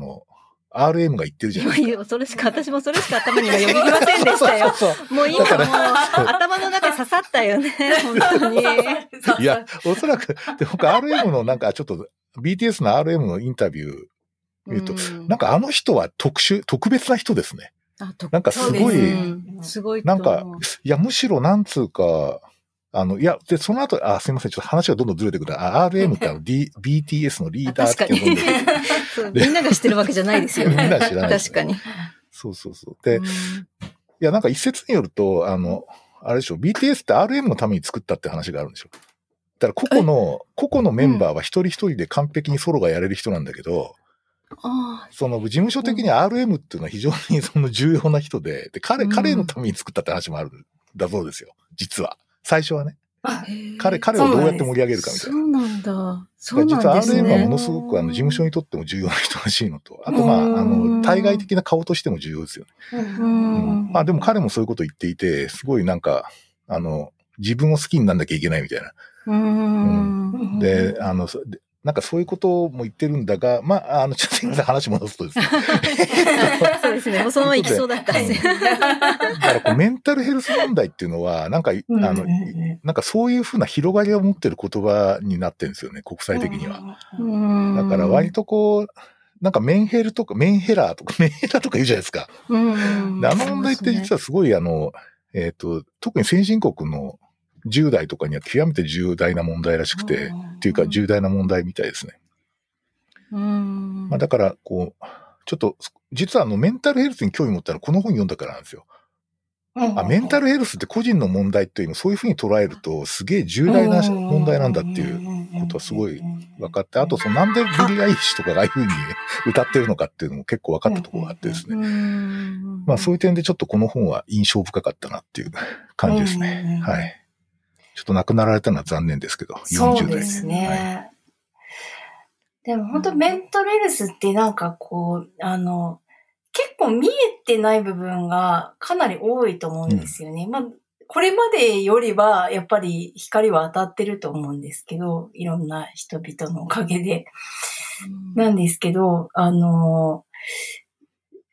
RM が言ってるじゃないですか。 私もそれしか頭にはよぎりませんでしたよ。もう今頭の中刺さったよね、本当に。 いや、おそらく、で、僕 RM のなんかちょっと、BTS の RM のインタビュー見ると、なんかあの人は特別な人ですね。なんかすごい、なんか、いや、むしろなんつうか、いや、で、その後、すいません、ちょっと話がどんどんずれてくる。RM って BTS のリーダーって呼んでる。みんなが知ってるわけじゃないですよね。 みんな知らない。 確かに。 そう。で、いや、なんか一説によると、あれでしょ、BTS って RM のために作ったって話があるんでしょ。だから個々のメンバーは一人一人で完璧にソロがやれる人なんだけど、事務所的に RM っていうのは非常に重要な人で、彼のために作ったって話もあるんだそうですよ。実は。最初はね。彼をどうやって盛り上げるかみたいな。 そうなんだ。そうなんだ。 ですね。 実は RM はものすごく事務所にとっても重要な人らしいのと、あと対外的な顔としても重要ですよね。まあでも彼もそういうことを言っていて、すごいなんか、自分を好きになんなきゃいけないみたいな。で、なんかそういうことも言ってるんだが、まあ、ちょっと今話戻すとですね。 そうですね。もうそのまま行きそうだったんですよ。 だからメンタルヘルス問題っていうのは、なんか、なんかそういうふうな広がりを持ってる言葉になってるんですよね、国際的には。だから割となんかメンヘラとか言うじゃないですか。で問題って実はすごい特に先進国の10代とかには極めて重大な問題らしくて、っていうか重大な問題みたいですね。まあだから、ちょっと、実はメンタルヘルスに興味持ったのはこの本読んだからなんですよ。メンタルヘルスって個人の問題っていうのをそういうふうに捉えるとすげえ重大な問題なんだっていうことはすごい分かって、あとなんでビリー・アイリッシュとかがああいうふうに歌ってるのかっていうのも結構分かったところがあってですね。まあそういう点でちょっとこの本は印象深かったなっていう感じですね。はい。ちょっと亡くなられたのは残念ですけど、40代。 そうですね。はい、でも本当メンタルヘルスってなんか結構見えてない部分がかなり多いと思うんですよね。まあ、これまでよりはやっぱり光は当たってると思うんですけど、いろんな人々のおかげで。なんですけど、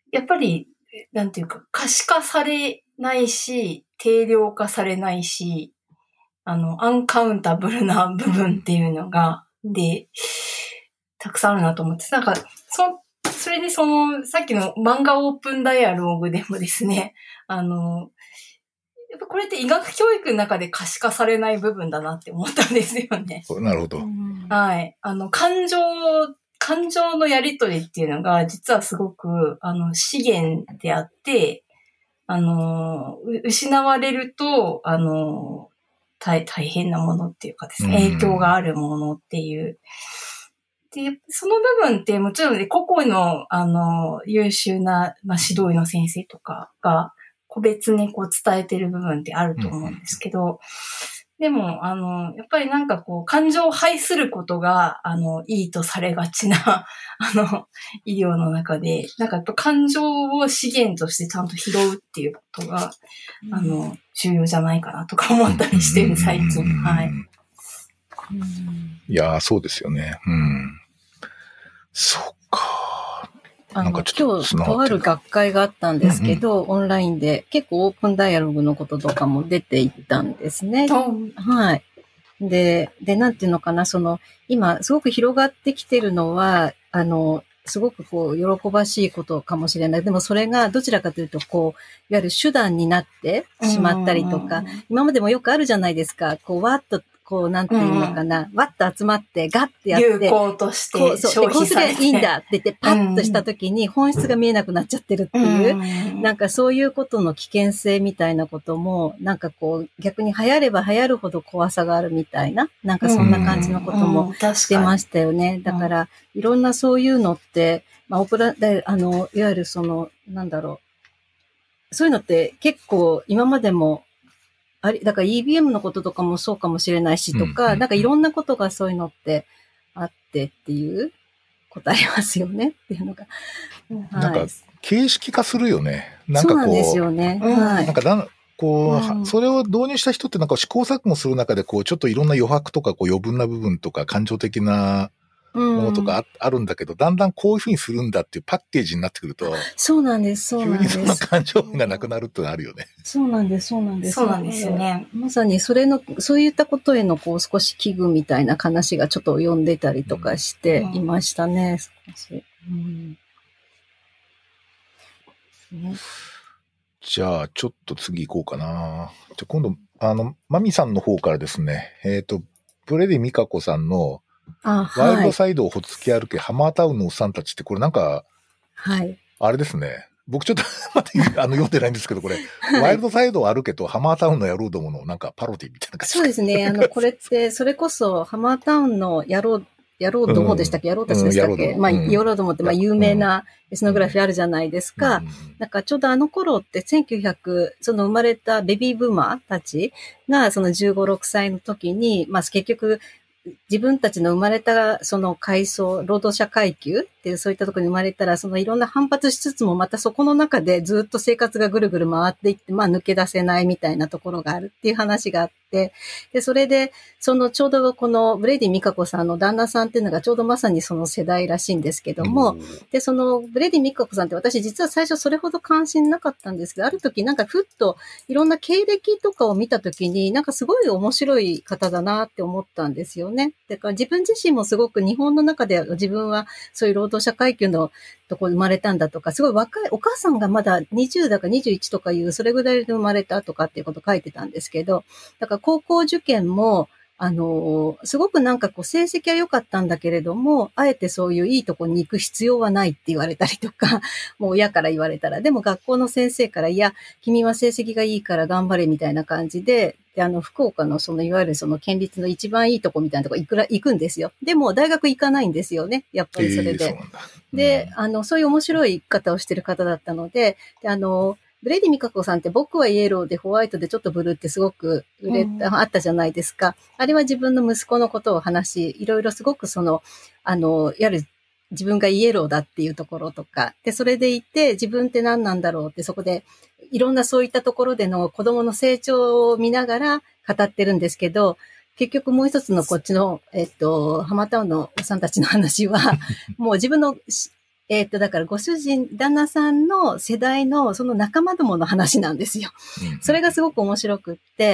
やっぱり、なんていうか、可視化されないし、定量化されないし、アンカウンタブルな部分っていうのが、たくさんあるなと思って、なんか、それでさっきの漫画オープンダイアログでもですね、やっぱこれって医学教育の中で可視化されない部分だなって思ったんですよね。 なるほど。 はい。感情のやりとりっていうのが、実はすごく、資源であって、失われると、大変なものっていうかですね、影響があるものっていう。で、その部分ってもちろんね、個々の、優秀な、指導医の先生とかが、個別にこう伝えてる部分ってあると思うんですけど、でも、やっぱりなんかこう、感情を排することが、いいとされがちな、医療の中で、なんかやっぱ感情を資源としてちゃんと拾うっていうことが、重要じゃないかなとか思ったりしてる、最近。はい。 いやー、そうですよね。そっか。 今日、とある学会があったんですけど、オンラインで結構オープンダイアログのこととかも出ていったんですね。はい。で、なんていうのかな、今、すごく広がってきてるのは、すごくこう、喜ばしいことかもしれない。でもそれがどちらかというと、こう、いわゆる手段になってしまったりとか、今までもよくあるじゃないですか。こう、わっと、こう、なんていうのかな、わっと集まって、ガッてやって。 有効として消費されて。 こうすればいいんだって言って、パッとした時に本質が見えなくなっちゃってるっていう、なんかそういうことの危険性みたいなことも、なんかこう、逆に流行れば流行るほど怖さがあるみたいな、なんかそんな感じのことも出ましたよね。だから、いろんなそういうのって、いわゆるなんだろう。そういうのって結構今までも、だから EBM のこととかもそうかもしれないしとか、なんかいろんなことがそういうのってあってっていうことありますよねっていうのが。 なんか、形式化するよね。なんかこう。 そうなんですよね。はい。 なんかそれを導入した人ってなんか試行錯誤する中で、こう、ちょっといろんな余白とか、こう、余分な部分とか、感情的なものとかあるんだけど、だんだんこういうふうにするんだっていうパッケージになってくると、 そうなんです、 急にその感情がなくなるってのあるよね。 そうなんです、そうなんです。 そうなんですよね。 まさにそういったことへのこう少し危惧みたいな話がちょっと読んでたりとかしていましたね、少し。 じゃあ、ちょっと次行こうかな。じゃ今度、マミさんの方からですね、ブレディミカコさんの、ワイルドサイドをほつき歩け、ハマータウンのおっさんたちって、これなんか、 はい。 あれですね。僕ちょっとまだ読んでないんですけど、これ、ワイルドサイドを歩けとハマータウンの野郎どものなんかパロディみたいな感じ。 そうですね。これって、それこそハマータウンの野郎どもでしたっけ、野郎たちでしたっけ、野郎どもって有名なエスノグラフィーあるじゃないですか。なんかちょうどあの頃って1900、生まれたベビーブーマーたちがその15、6歳の時に、結局、自分たちの生まれたその階層、労働者階級っていうそういったところに生まれたら、そのいろんな反発しつつもまたそこの中でずっと生活がぐるぐる回っていって、抜け出せないみたいなところがあるっていう話があって、で、それで、ちょうどこのブレディ・ミカコさんの旦那さんっていうのがちょうどまさにその世代らしいんですけども、で、そのブレディ・ミカコさんって私実は最初それほど関心なかったんですけど、ある時なんかふっといろんな経歴とかを見た時になんかすごい面白い方だなって思ったんですよね。だから自分自身もすごく日本の中で自分はそういう労働者階級のとこ生まれたんだとか、すごい若い、お母さんがまだ20だか21とかいうそれぐらいで生まれたとかっていうこと書いてたんですけど、だから高校受験もすごくなんかこう成績は良かったんだけれども、あえてそういういいとこに行く必要はないって言われたりとか、もう親から言われたら、でも学校の先生から、いや、君は成績がいいから頑張れみたいな感じで、福岡のいわゆる県立の一番いいとこみたいなとこ行くんですよ。でも大学行かないんですよね。やっぱりそれで。で、そういう面白い生き方をしてる方だったので、ブレディ・ミカコさんって僕はイエローでホワイトでちょっとブルーってすごくあったじゃないですか。あれは自分の息子のことを話し、いろいろすごくいわゆる自分がイエローだっていうところとか、で、それでいて自分って何なんだろうってそこでいろんなそういったところでの子供の成長を見ながら語ってるんですけど、結局もう一つのこっちの、ハマタウンのおさんたちの話は、もう自分のだからご主人、旦那さんの世代のその仲間どもの話なんですよ。それがすごく面白くって、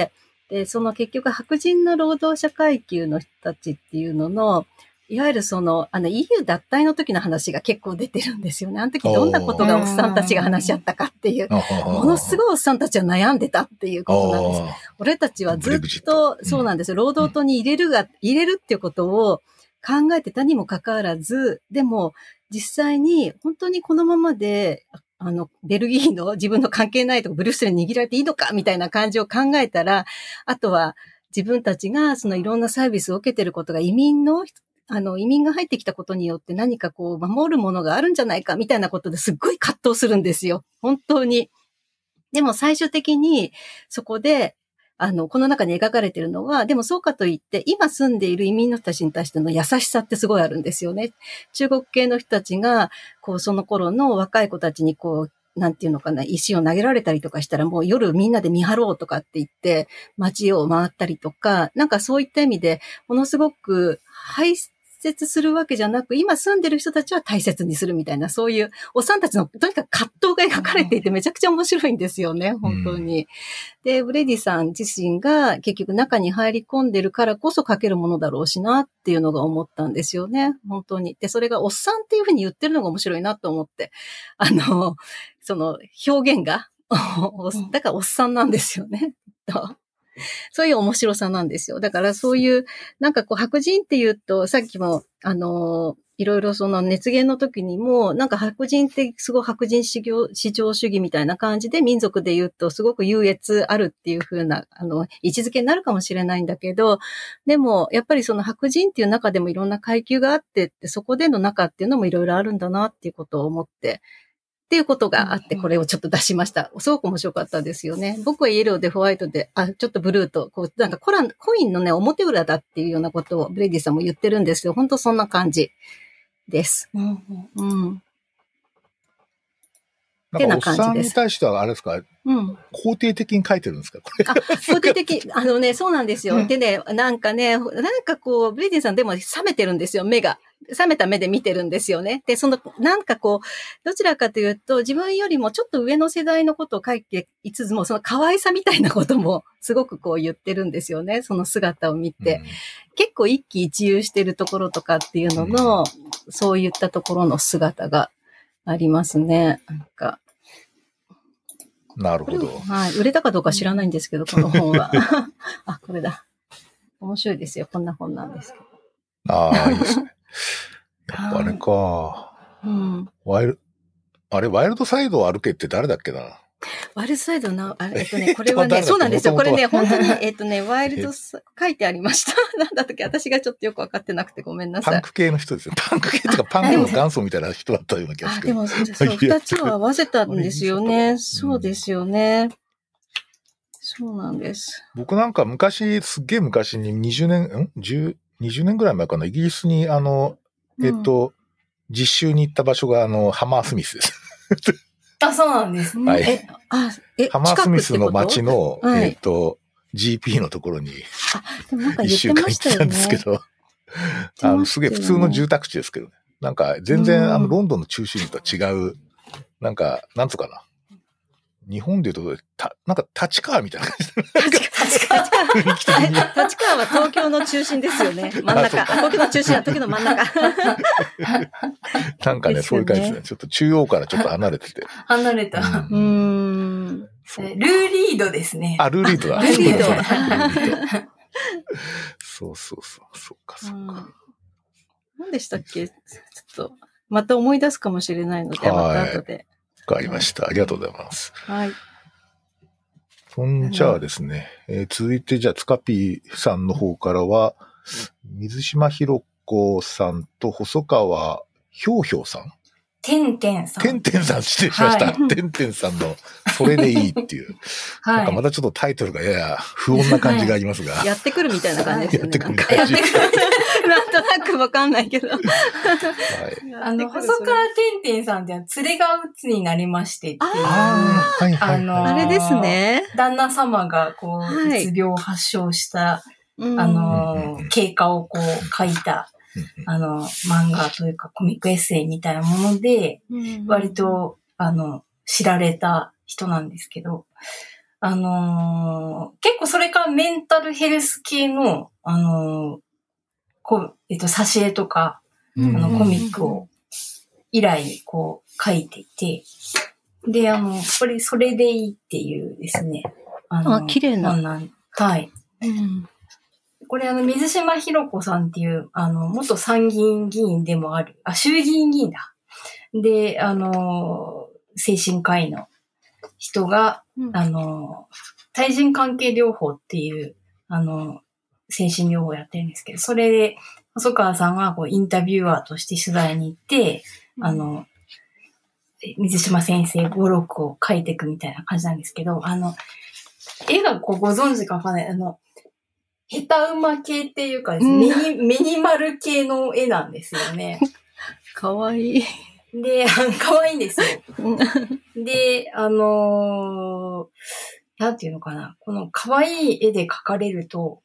で、その結局白人の労働者階級の人たちっていうのの、いわゆるその、EU 脱退の時の話が結構出てるんですよね。あの時どんなことがおっさんたちが話し合ったかっていう、ものすごいおっさんたちは悩んでたっていうことなんです。俺たちはずっと、そうなんですよ。労働党に入れるっていうことを考えてたにもかかわらず、でも実際に本当にこのままで、ベルギーの自分の関係ないとこブリュッセルに握られていいのかみたいな感じを考えたら、あとは自分たちがそのいろんなサービスを受けてることが移民が入ってきたことによって何かこう守るものがあるんじゃないかみたいなことですっごい葛藤するんですよ。本当に。でも最終的にそこで、この中に描かれているのは、でもそうかといって、今住んでいる移民の人たちに対しての優しさってすごいあるんですよね。中国系の人たちが、こうその頃の若い子たちにこう、なんていうのかな、石を投げられたりとかしたらもう夜みんなで見張ろうとかって言って街を回ったりとか、なんかそういった意味でものすごく排泄するわけじゃなく、今住んでる人たちは大切にするみたいな、そういうおっさんたちのとにかく葛藤が描かれていてめちゃくちゃ面白いんですよね、本当に。で、ブレディさん自身が結局中に入り込んでるからこそ書けるものだろうしなっていうのが思ったんですよね、本当に。で、それがおっさんっていうふうに言ってるのが面白いなと思って、その表現が、だからおっさんなんですよね。そういう面白さなんですよ。だからそういう、なんかこう白人って言うと、さっきも、いろいろその熱源の時にも、なんか白人ってすごい白人至上主義みたいな感じで民族で言うとすごく優越あるっていう風な、位置づけになるかもしれないんだけど、でもやっぱりその白人っていう中でもいろんな階級があってって、そこでの中っていうのもいろいろあるんだなっていうことを思って、っていうことがあって、これをちょっと出しました。すごく面白かったですよね。僕はイエローでホワイトで、ちょっとブルーと、こう、なんかコインのね、表裏だっていうようなことをブレディさんも言ってるんですけど、本当そんな感じです。 なんかおっさんに対してはあれですか、肯定的に書いてるんですかこれ。 肯定的。そうなんですよ。でね、なんかこう、ブレディさんでも冷めてるんですよ、目が。冷めた目で見てるんですよね。で、なんかこう、どちらかというと、自分よりもちょっと上の世代のことを書いていつつも、その可愛さみたいなこともすごくこう言ってるんですよね。その姿を見て。結構一喜一憂してるところとかっていうのの、そういったところの姿がありますね。なんか。 なるほど。 はい。売れたかどうか知らないんですけど、この本は。あ、これだ。面白いですよ。こんな本なんですけど。 ああ、いいですね。やっぱあれか。ワイルドサイドを歩けって誰だっけな。 ワイルドサイドの、これはね、そうなんですよ。これね、本当に、ワイルド、書いてありました。なんだったっけ、私がちょっとよくわかってなくてごめんなさい。 パンク系の人ですよ。パンク系っていうか、パンクの元祖みたいな人だったような気がする。 でも、そう、二つを合わせたんですよね。そうですよね。そうなんです。 僕なんかすっげえ昔に20年ぐらい前かな、イギリスに実習に行った場所がハマースミスです。 あ、そうなんですね。 はい。ハマースミスの町の、GP のところに、1週間行ってたんですけど、すげえ普通の住宅地ですけどね。なんか全然ロンドンの中心部とは違う、なんか、なんつうかな。日本で言うと、なんか立川みたいな感じ。 立川は東京の中心ですよね。真ん中。東京の中心は東京の真ん中。 なんかね、そういう感じですね。ちょっと中央からちょっと離れてて。 離れた。ルーリードですね。 ルーリードだ。 ルーリード。 そう。そうか。 何でしたっけ？ちょっと、また思い出すかもしれないので、また後で。 わかりました。ありがとうございます。 はい。 じゃあですね、続いてじゃあ、つかぴーさんの方からは、水島ひろ子さんと細川ひょうさんてんてんさん。 失礼しました。てんてんさんの、それでいいっていう。なんかまたちょっとタイトルがやや不穏な感じがありますが。 やってくるみたいな感じですよね。 やってくる感じ。 なんとなくわかんないけど。 細川てんてんさんって連れが鬱になりましてっていう。 あれですね。 旦那様がうつ病を発症した、経過を書いた漫画というかコミックエッセイみたいなもので、割と、知られた人なんですけど、結構それからメンタルヘルス系の、挿絵とか、コミックを以来、こう、書いていて、で、これ、それでいいっていうですね。 綺麗な。 はい。これ、水島ひろ子さんっていう、元参議院議員でもある、衆議院議員だ。で、精神科医の人が、対人関係療法っていう、精神療法をやってるんですけど、それで、細川さんはこうインタビュアーとして取材に行って、水島先生語録を書いていくみたいな感じなんですけど、絵がこうご存知かわかんない、下手馬系っていうかですね、ミニマル系の絵なんですよね。 かわいい。 で、かわいいんですよ。で、なんていうのかな、このかわいい絵で描かれると、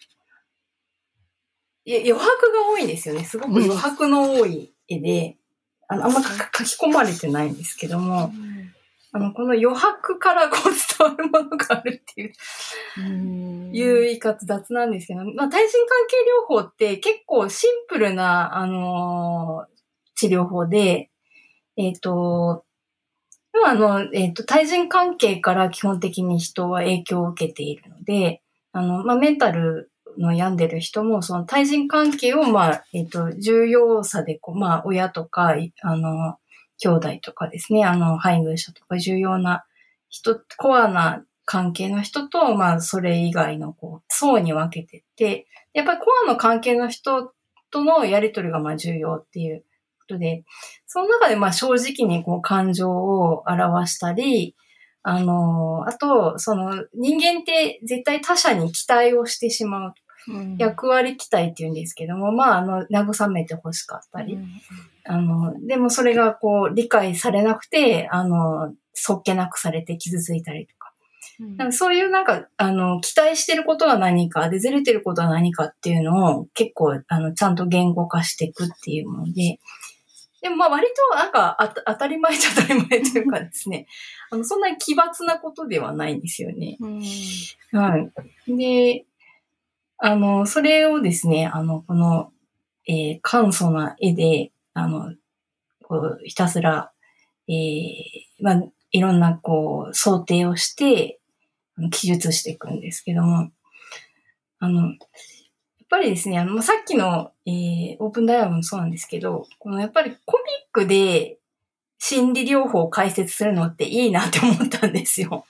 余白が多いんですよね。すごく余白の多い絵で、あんま書き込まれてないんですけども、この余白からこう伝わるものがあるっていう、いう言い方雑なんですけど、まあ、対人関係療法って結構シンプルな、治療法で、対人関係から基本的に人は影響を受けているので、まあ、メンタルの病んでる人も、その対人関係を、まあ、重要さで、まあ、親とか、兄弟とかですね、配偶者とか重要な人、コアな関係の人と、まあ、それ以外の、層に分けてって、やっぱりコアの関係の人とのやりとりが、まあ、重要っていうことで、その中で、まあ、正直に、感情を表したり、あと、人間って絶対他者に期待をしてしまう。役割期待って言うんですけども、まあ、慰めて欲しかったり、でもそれが理解されなくて、そっけなくされて傷ついたりとか。そういう期待してることは何か、で、ずれてることは何かっていうのを結構、ちゃんと言語化していくっていうもので、でもまあ割と当たり前じゃ当たり前というかですね、そんなに奇抜なことではないんですよね。はい。で、それをですね、この、簡素な絵で、ひたすら、まあ、いろんな、想定をして、記述していくんですけども、やっぱりですね、さっきの、オープンダイアログもそうなんですけど、やっぱりコミックで心理療法を解説するのっていいなって思ったんですよ。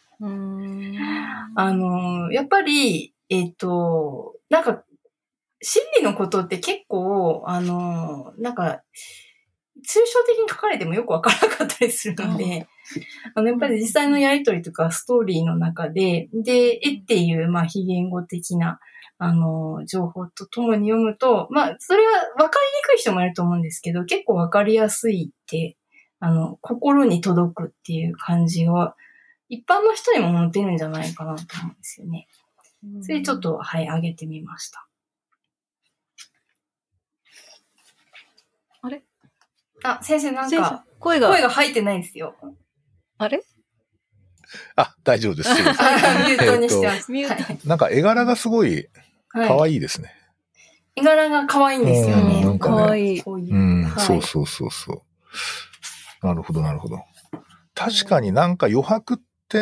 やっぱり、心理のことって結構、抽象的に書かれてもよくわからなかったりするので、やっぱり実際のやりとりとかストーリーの中で、絵っていう、まあ、非言語的な、情報とともに読むと、まあ、それはわかりにくい人もいると思うんですけど、結構わかりやすいって、心に届くっていう感じは、一般の人にも持てるんじゃないかなと思うんですよね。それちょっと、はい、上げてみました。 あれ？ 先生なんか、声が入ってないんですよ。 あれ？ 大丈夫です。 ミュートにしてます。 なんか絵柄がすごい可愛いですね。 絵柄が可愛いんですよね。 可愛い。 そう。なるほど。確かになんか余白って、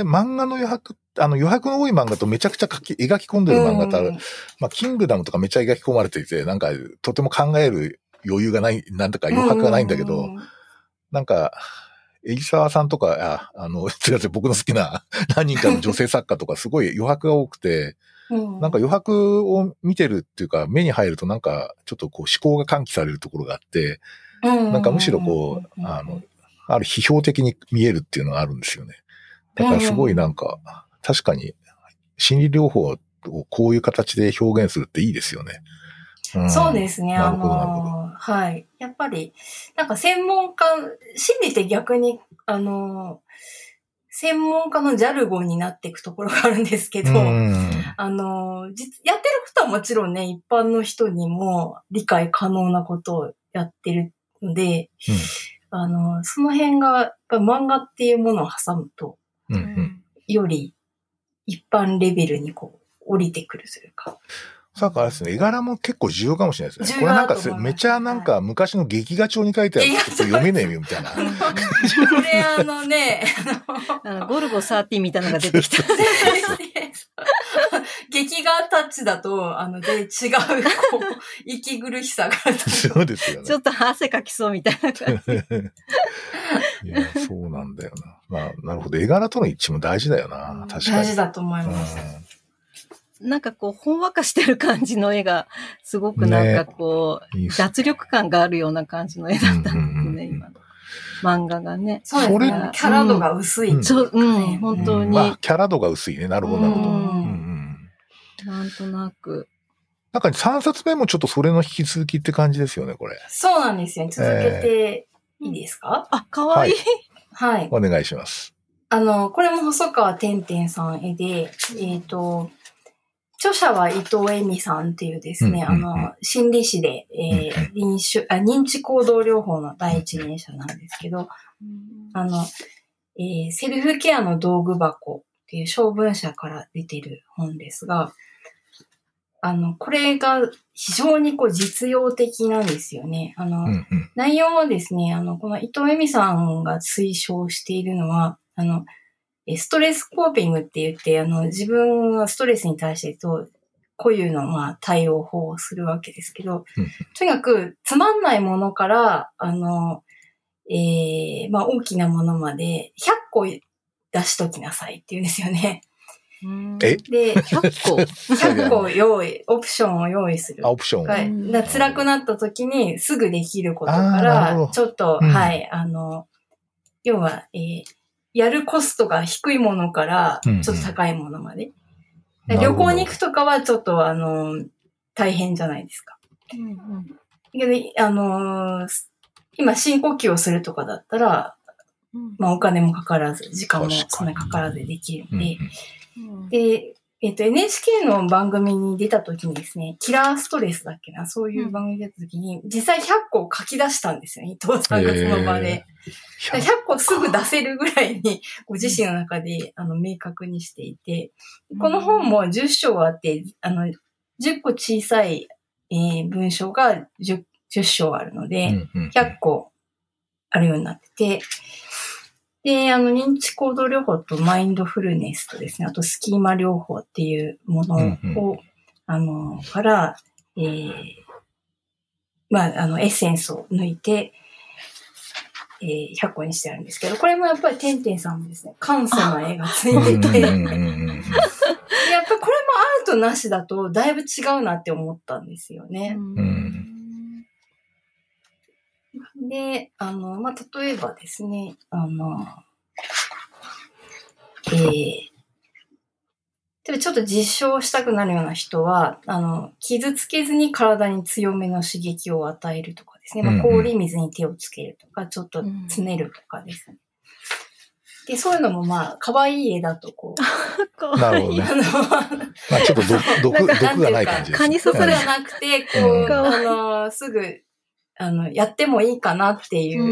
漫画の余白、余白の多い漫画とめちゃくちゃ描き込んでる漫画ってある。まあ、キングダムとかめっちゃ描き込まれていて、なんか、とても考える余裕がない、なんとか余白がないんだけど、なんか、エリサワさんとか、すいません、僕の好きな何人かの女性作家とかすごい余白が多くて、なんか余白を見てるっていうか、目に入るとなんか、ちょっと思考が喚起されるところがあって、なんかむしろある批評的に見えるっていうのがあるんですよね。だからすごいなんか、確かに心理療法をこういう形で表現するっていいですよね。 そうですね。 なるほど。 はい。やっぱり、なんか専門家、心理って逆に、専門家のジャルゴンになっていくところがあるんですけど、 やってることはもちろんね、一般の人にも理解可能なことをやってるので、その辺が、やっぱ漫画っていうものを挟むと、より一般レベルにこう、降りてくるというか。 さあ、あれですね、絵柄も結構重要かもしれないですね。これなんかめちゃなんか昔の劇画帳に書いてあるちょっと読めねえよみたいな。これね、ゴルゴ13みたいなのが出てきた。 劇画タッチだと、で違う、息苦しさがある。 そうですよね。 ちょっと汗かきそうみたいな感じ。 いや、そうなんだよな。まあ、なるほど。絵柄との一致も大事だよな。確かに。 大事だと思います。 なんかこう、ほんわかしてる感じの絵が、すごくなんかこう、脱力感があるような感じの絵だったんですね、今の。漫画がね。 そうですね。キャラ度が薄い。 そう、本当に。 キャラ度が薄いね。なるほど、なるほど。 なんとなく。 なんか3冊目もちょっとそれの引き続きって感じですよね、これ。 そうなんですよね。続けていいですか？ かわいい。 はい。 お願いします。 これも細川てんてんさん絵で、著者は伊藤恵美さんっていうですね、心理師で、認知行動療法の第一人者なんですけど、セルフケアの道具箱っていう小文社から出てる本ですが、これが非常にこう実用的なんですよね。内容はですね、この伊藤恵美さんが推奨しているのは、ストレスコーピングって言って、自分がストレスに対して固有の、対応法をするわけですけど、とにかく、つまんないものから、大きなものまで、100個出しときなさいって言うんですよね。で、100個オプションを用意する。 オプション。 はい。辛くなった時にすぐできることから、ちょっと、はい、要は、やるコストが低いものから、ちょっと高いものまで。旅行に行くとかはちょっと、大変じゃないですか。今、深呼吸をするとかだったら、お金もかからず、時間もそんなにかからずできるので、で、NHK の番組に出た時にですね、キラーストレスだっけな、そういう番組に出た時に、実際100個書き出したんですよね、伊藤さんがその場で。100個すぐ出せるぐらいに、ご自身の中で、明確にしていて、この本も10章あって、10個小さい、文章が10章あるので、100個あるようになってて、で、認知行動療法とマインドフルネスとですね、あとスキーマ療法っていうものを、から、エッセンスを抜いて、100個にしてあるんですけど、これもやっぱりてんてんさんもですね、簡素な絵がついてて、やっぱこれもアートなしだとだいぶ違うなって思ったんですよね。で、例えばですね、例えばちょっと実証したくなるような人は、傷つけずに体に強めの刺激を与えるとかですね、氷水に手をつけるとか、ちょっとつねるとかですね。で、そういうのも可愛い絵だとなるほどね。ちょっと毒がない感じです。 蚊に刺されなくて、すぐ、やってもいいかなっていう、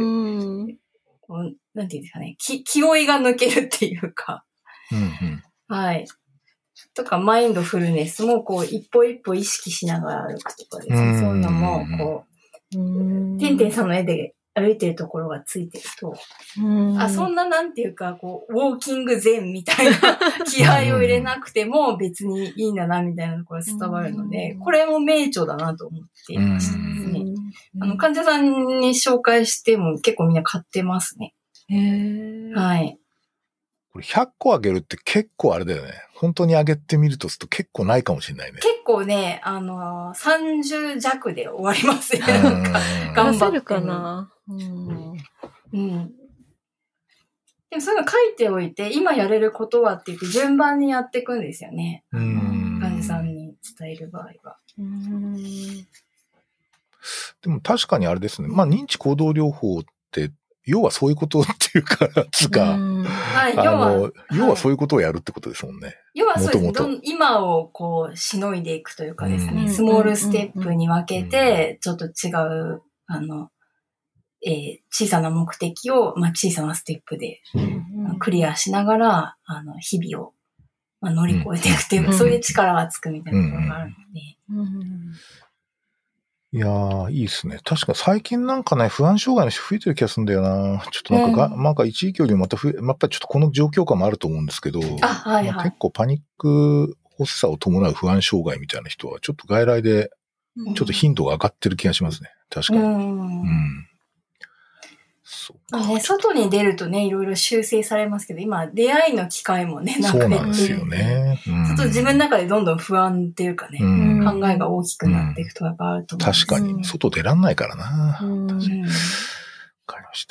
なんていうんですかね、気負いが抜けるっていうか、はい。とか、マインドフルネスも、一歩一歩意識しながら歩くとかですね、そういうのも、てんてんさんの絵で歩いてるところがついてると、そんななんていうか、ウォーキング前みたいな気合を入れなくても別にいいんだな、みたいなところが伝わるので、これも名著だなと思っていましたですね。患者さんに紹介しても結構みんな買ってますね。はい。 これ100個あげるって結構あれだよね。本当にあげてみるとすると結構ないかもしれないね。 結構ね、30弱で終わりますね。なんか、頑張って。 出せるかな。 でもそういうの書いておいて、今やれることはって言って順番にやっていくんですよね。患者さんに伝える場合は。 でも確かにあれですね。認知行動療法って、要はそういうことっていうか、要はそういうことをやるってことですもんね。 要はそうですね。 もともと今をこう、しのいでいくというかですね、 うんスモールステップに分けて、ちょっと違う、小さな目的を、小さなステップでクリアしながら、日々を、乗り越えていくっていうか、そういう力がつくみたいなところがあるので。 いやー、いいですね。確か最近なんかね、不安障害の人増えてる気がするんだよな。ちょっとなんか一時期よりまたやっぱりちょっとこの状況下もあると思うんですけど、結構パニック発作を伴う不安障害みたいな人は、ちょっと外来で、ちょっと頻度が上がってる気がしますね。確かに。 そうね、外に出るとね、いろいろ修正されますけど、今、出会いの機会もね、 そうなんですよね。 ちょっと自分の中でどんどん不安っていうかね、考えが大きくなっていくとやっぱあると思うんです。 確かに。外出らんないからな。わかりました。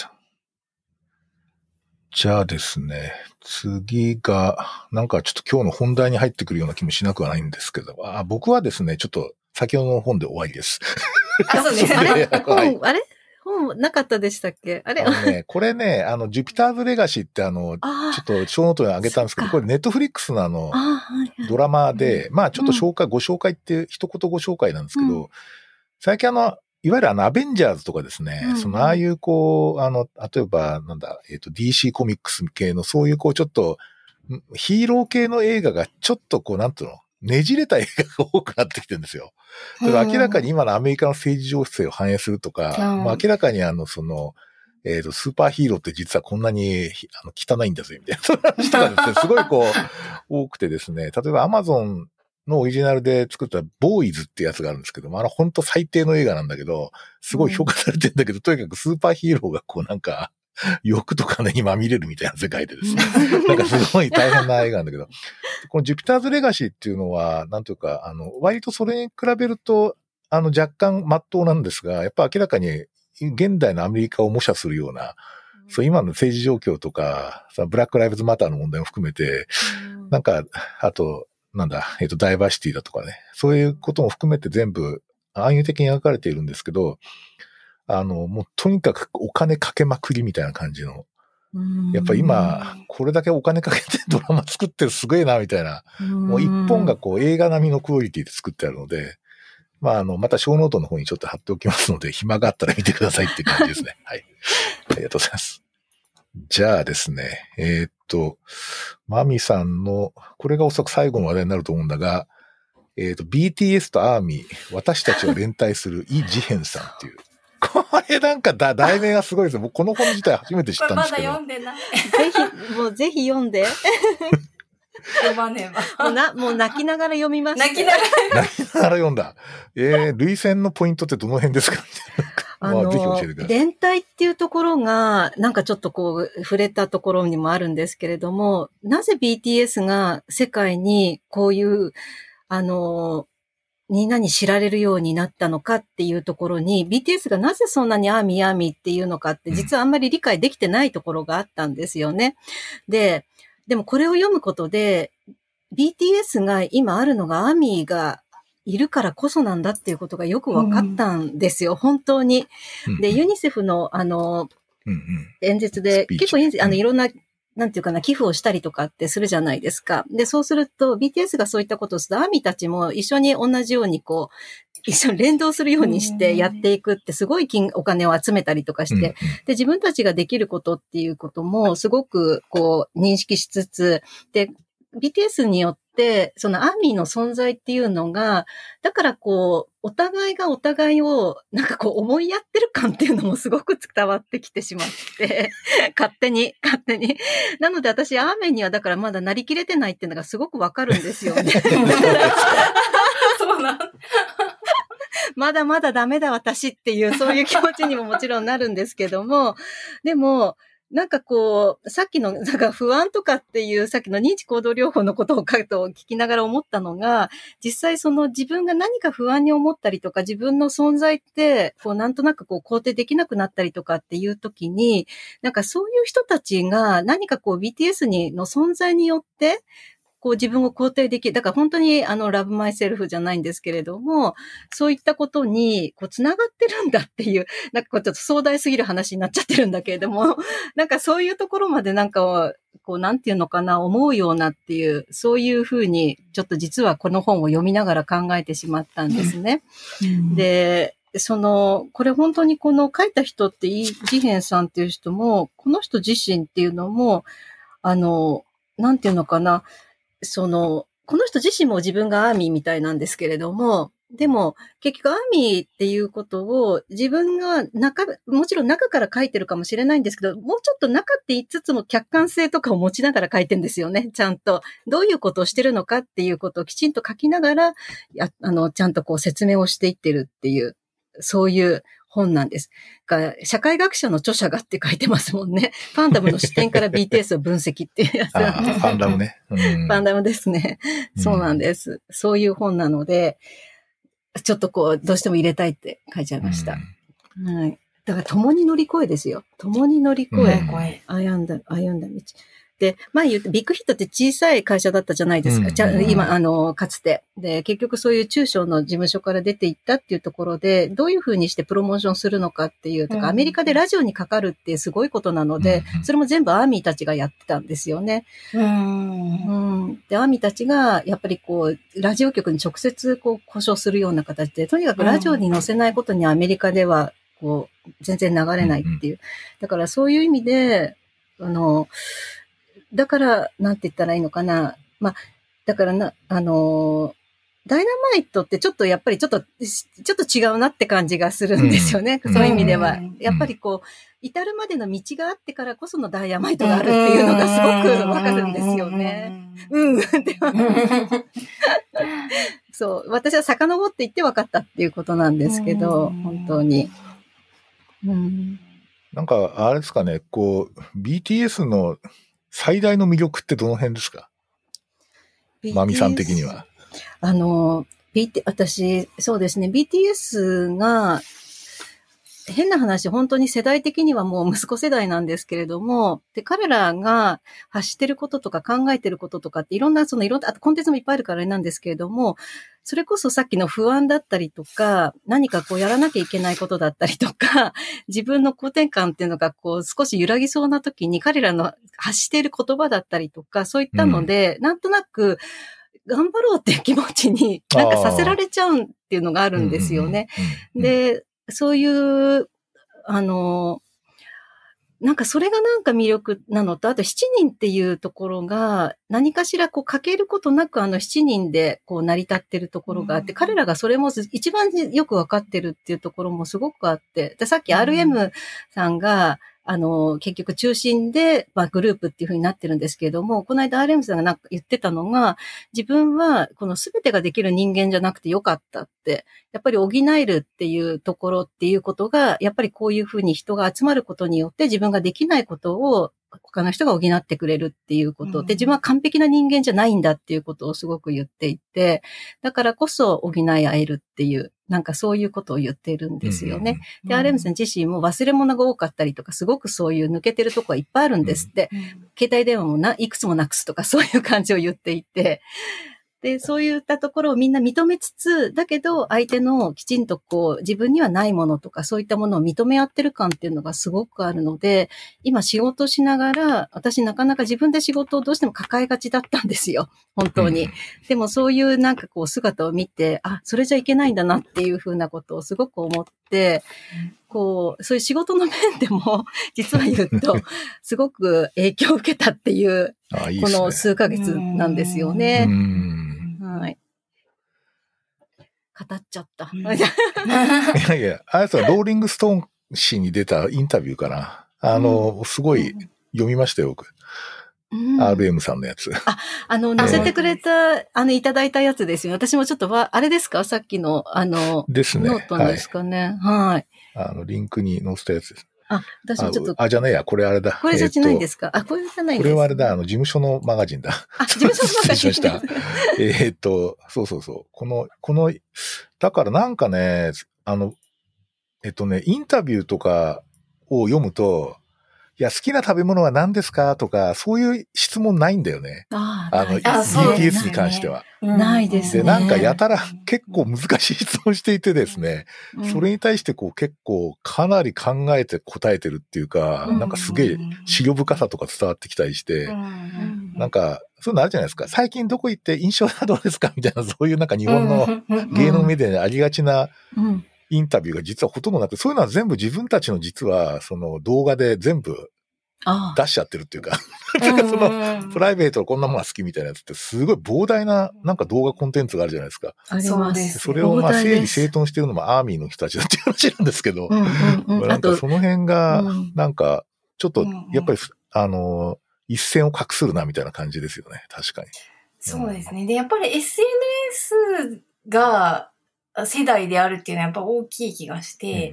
じゃあですね、次が、なんかちょっと今日の本題に入ってくるような気もしなくはないんですけど、僕はですね、ちょっと先ほどの本で終わりです。 そうですね。あれ本なかったでしたっけ？あれこれね、ジュピターズレガシーってちょっと小ノートにあげたんですけど、これネットフリックスのドラマで、ちょっとご紹介って一言ご紹介なんですけど、最近いわゆるアベンジャーズとかですね、ああいう例えばDC コミックス系のそういうちょっとヒーロー系の映画がちょっとなんていうのねじれた映画が多くなってきてるんですよ。明らかに今のアメリカの政治情勢を反映するとか、明らかにスーパーヒーローって実はこんなに汚いんだぜ、みたいな、そういう話とかですね、すごい多くてですね、例えばアマゾンのオリジナルで作ったボーイズってやつがあるんですけども、ほんと最低の映画なんだけど、すごい評価されてるんだけど、とにかくスーパーヒーローが欲とかにまみれるみたいな世界でですね。なんかすごい大変な映画なんだけど。このジュピターズレガシーっていうのは、なんというか、割とそれに比べると、若干真っ当なんですが、やっぱ明らかに現代のアメリカを模写するような、そう今の政治状況とか、ブラックライブズマターの問題も含めて、なんか、あと、ダイバーシティだとかね、そういうことも含めて全部暗喩的に描かれているんですけど、もうとにかくお金かけまくりみたいな感じの。やっぱ今、これだけお金かけてドラマ作ってるすげえな、みたいな。もう一本が映画並みのクオリティで作ってあるので、また小ノートの方にちょっと貼っておきますので、暇があったら見てくださいっていう感じですね。はい。ありがとうございます。じゃあですね、マミさんの、これがおそらく最後の話題になると思うんだが、BTS とアーミー、私たちを連帯するイ・ジヘンさんっていう。これなんか題名がすごいですよ。僕この本自体初めて知ったんですけど。 これまだ読んでない。 ぜひ読んで。 読まねば。 もう泣きながら読みました。 泣きながら読んだ。類線のポイントってどの辺ですか？ぜひ教えてください。 連帯っていうところが、なんかちょっと触れたところにもあるんですけれども、なぜ BTS が世界にこういう、みんなに知られるようになったのかっていうところに、BTS がなぜそんなにアーミーっていうのかって、実はあんまり理解できてないところがあったんですよね。でもこれを読むことで、BTS が今あるのがアーミーがいるからこそなんだっていうことがよく分かったんですよ、本当に。で、ユニセフの演説で、結構いろんななんていうかな、寄付をしたりとかってするじゃないですか。で、そうすると、BTS がそういったことをすると、アーミーたちも一緒に同じように一緒に連動するようにしてやっていくって、すごいお金を集めたりとかして、で、自分たちができることっていうことも、すごく認識しつつ、で、BTS によって、そのアーミーの存在っていうのが、だからお互いがお互いを思いやってる感っていうのもすごく伝わってきてしまって、勝手に。なので私、アーミーにはだからまだなりきれてないっていうのがすごくわかるんですよね。 そうなんまだまだダメだ私っていう、そういう気持ちにももちろんなるんですけども、でも、さっきの、不安とかっていう、さっきの認知行動療法のことを聞きながら思ったのが、実際自分が何か不安に思ったりとか、自分の存在って、なんとなく肯定できなくなったりとかっていう時に、そういう人たちが何かBTS の存在によって、 こう自分を肯定できる。だから本当にラブマイセルフじゃないんですけれども、そういったことに、こう繋がってるんだっていう、なんかこうちょっと壮大すぎる話になっちゃってるんだけれども、なんかそういうところまでなんか、こうなんていうのかな、思うようなっていう、そういうふうに、ちょっと実はこの本を読みながら考えてしまったんですね。で、これ本当にこの書いた人ってイ・ジヘンさんっていう人も、この人自身っていうのも、なんていうのかな、この人自身も自分がアーミーみたいなんですけれども、でも結局アーミーっていうことを自分がもちろん中から書いてるかもしれないんですけど、もうちょっと中って言いつつも客観性とかを持ちながら書いてるんですよね。ちゃんとどういうことをしてるのかっていうことをきちんと書きながら、ちゃんとこう説明をしていってるっていう、そういう本なんです。社会学者の著者がって書いてますもんね。ファンダムの視点から BTS を分析っていうやつなんです。 ファンダムね。 ファンダムですね。そうなんです。そういう本なので、ちょっとこう、どうしても入れたいって書いちゃいました。はい。だから共に乗り越えですよ。共に乗り越え。歩んだ道。で、前言って、ビッグヒットって小さい会社だったじゃないですか。今、かつて。で、結局そういう中小の事務所から出ていったっていうところで、どういうふうにしてプロモーションするのかっていう、とか、アメリカでラジオにかかるってすごいことなので、それも全部アーミーたちがやってたんですよね。で、アーミーたちが、やっぱりこう、ラジオ局に直接こう、交渉するような形で、とにかくラジオに載せないことにアメリカでは、こう、全然流れないっていう。だからそういう意味で、だから、なんて言ったらいいのかな。まあ、だからダイナマイトってちょっとやっぱりちょっと違うなって感じがするんですよね。そういう意味では。やっぱりこう、至るまでの道があってからこそのダイナマイトがあるっていうのがすごくわかるんですよね。そう、私は遡っていって分かったっていうことなんですけど、本当に。 なんか、あれですかね、こう、BTS の最大の魅力ってどの辺ですか？マミさん的には。 私、そうですね、BTS が、変な話、本当に世代的にはもう息子世代なんですけれども、で、彼らが発してることとか考えてることとかっていろんな、あとコンテンツもいっぱいあるからあれなんですけれども、それこそさっきの不安だったりとか、何かこうやらなきゃいけないことだったりとか、自分の肯定感っていうのがこう少し揺らぎそうな時に彼らの発している言葉だったりとか、そういったので、なんとなく頑張ろうっていう気持ちになんかさせられちゃうっていうのがあるんですよね。で、そういう、なんかそれがなんか魅力なのと、あと7人っていうところが、何かしらこう欠けることなく7人でこう成り立ってるところがあって、彼らがそれも一番よくわかってるっていうところもすごくあって、で、さっき RM さんが、結局中心で、グループっていう風になってるんですけれども、この間 RM さんがなんか言ってたのが、自分はこの全てができる人間じゃなくてよかったって、やっぱり補えるっていうところっていうことが、やっぱりこういう風に人が集まることによって自分ができないことを他の人が補ってくれるっていうことで、自分は完璧な人間じゃないんだっていうことをすごく言っていて、だからこそ補い合えるっていう、なんかそういうことを言っているんですよね。で、RM さん自身も忘れ物が多かったりとか、すごくそういう抜けてるとこはいっぱいあるんですって、携帯電話もいくつもなくすとかそういう感じを言っていて、で、そういったところをみんな認めつつ、だけど相手のきちんとこう自分にはないものとかそういったものを認め合ってる感っていうのがすごくあるので、今仕事しながら、私なかなか自分で仕事をどうしても抱えがちだったんですよ。本当に。でもそういうなんかこう姿を見て、あ、それじゃいけないんだなっていうふうなことをすごく思って、こう、そういう仕事の面でも、実は言うと、すごく影響を受けたっていう、この数ヶ月なんですよね。はい。語っちゃった。いやいや、あやつはローリングストーン誌に出たインタビューかな。すごい読みましたよ、僕。RM さんのやつ。 載せてくれた、いただいたやつですよ。私もちょっとあれですか？さっきの、 ですね。 ノートですかね。はい。 リンクに載せたやつです。 私もちょっと。 じゃねえや、これあれだ。 これじゃないんですか？これじゃないんですか？ これはあれだ、事務所のマガジンだ。 事務所のマガジン。 そう。この、だからなんかね、インタビューとかを読むと、 や、好きな食べ物は何ですかとか、そういう質問ないんだよね。BTS に関しては。 ないですね。 で、なんかやたら結構難しい質問していてですね、それに対してこう結構かなり考えて答えてるっていうか、なんかすげえ思慮深さとか伝わってきたりして、なんか、そういうのあるじゃないですか。最近どこ行って印象はどうですかみたいな、そういうなんか日本の芸能メディアでありがちなインタビューが実はほとんどなくて、そういうのは全部自分たちの実はその動画で全部出しちゃってるっていうか、そのプライベートこんなものが好きみたいなやつってすごい膨大ななんか動画コンテンツがあるじゃないですか。 あります。 それをまあ整理整頓してるのもアーミーの人たちだっていう話なんですけど、なんかその辺がなんかちょっとやっぱり一線を画するなみたいな感じですよね。確かに。 そうですね。で、やっぱり SNS が世代であるっていうのはやっぱ大きい気がして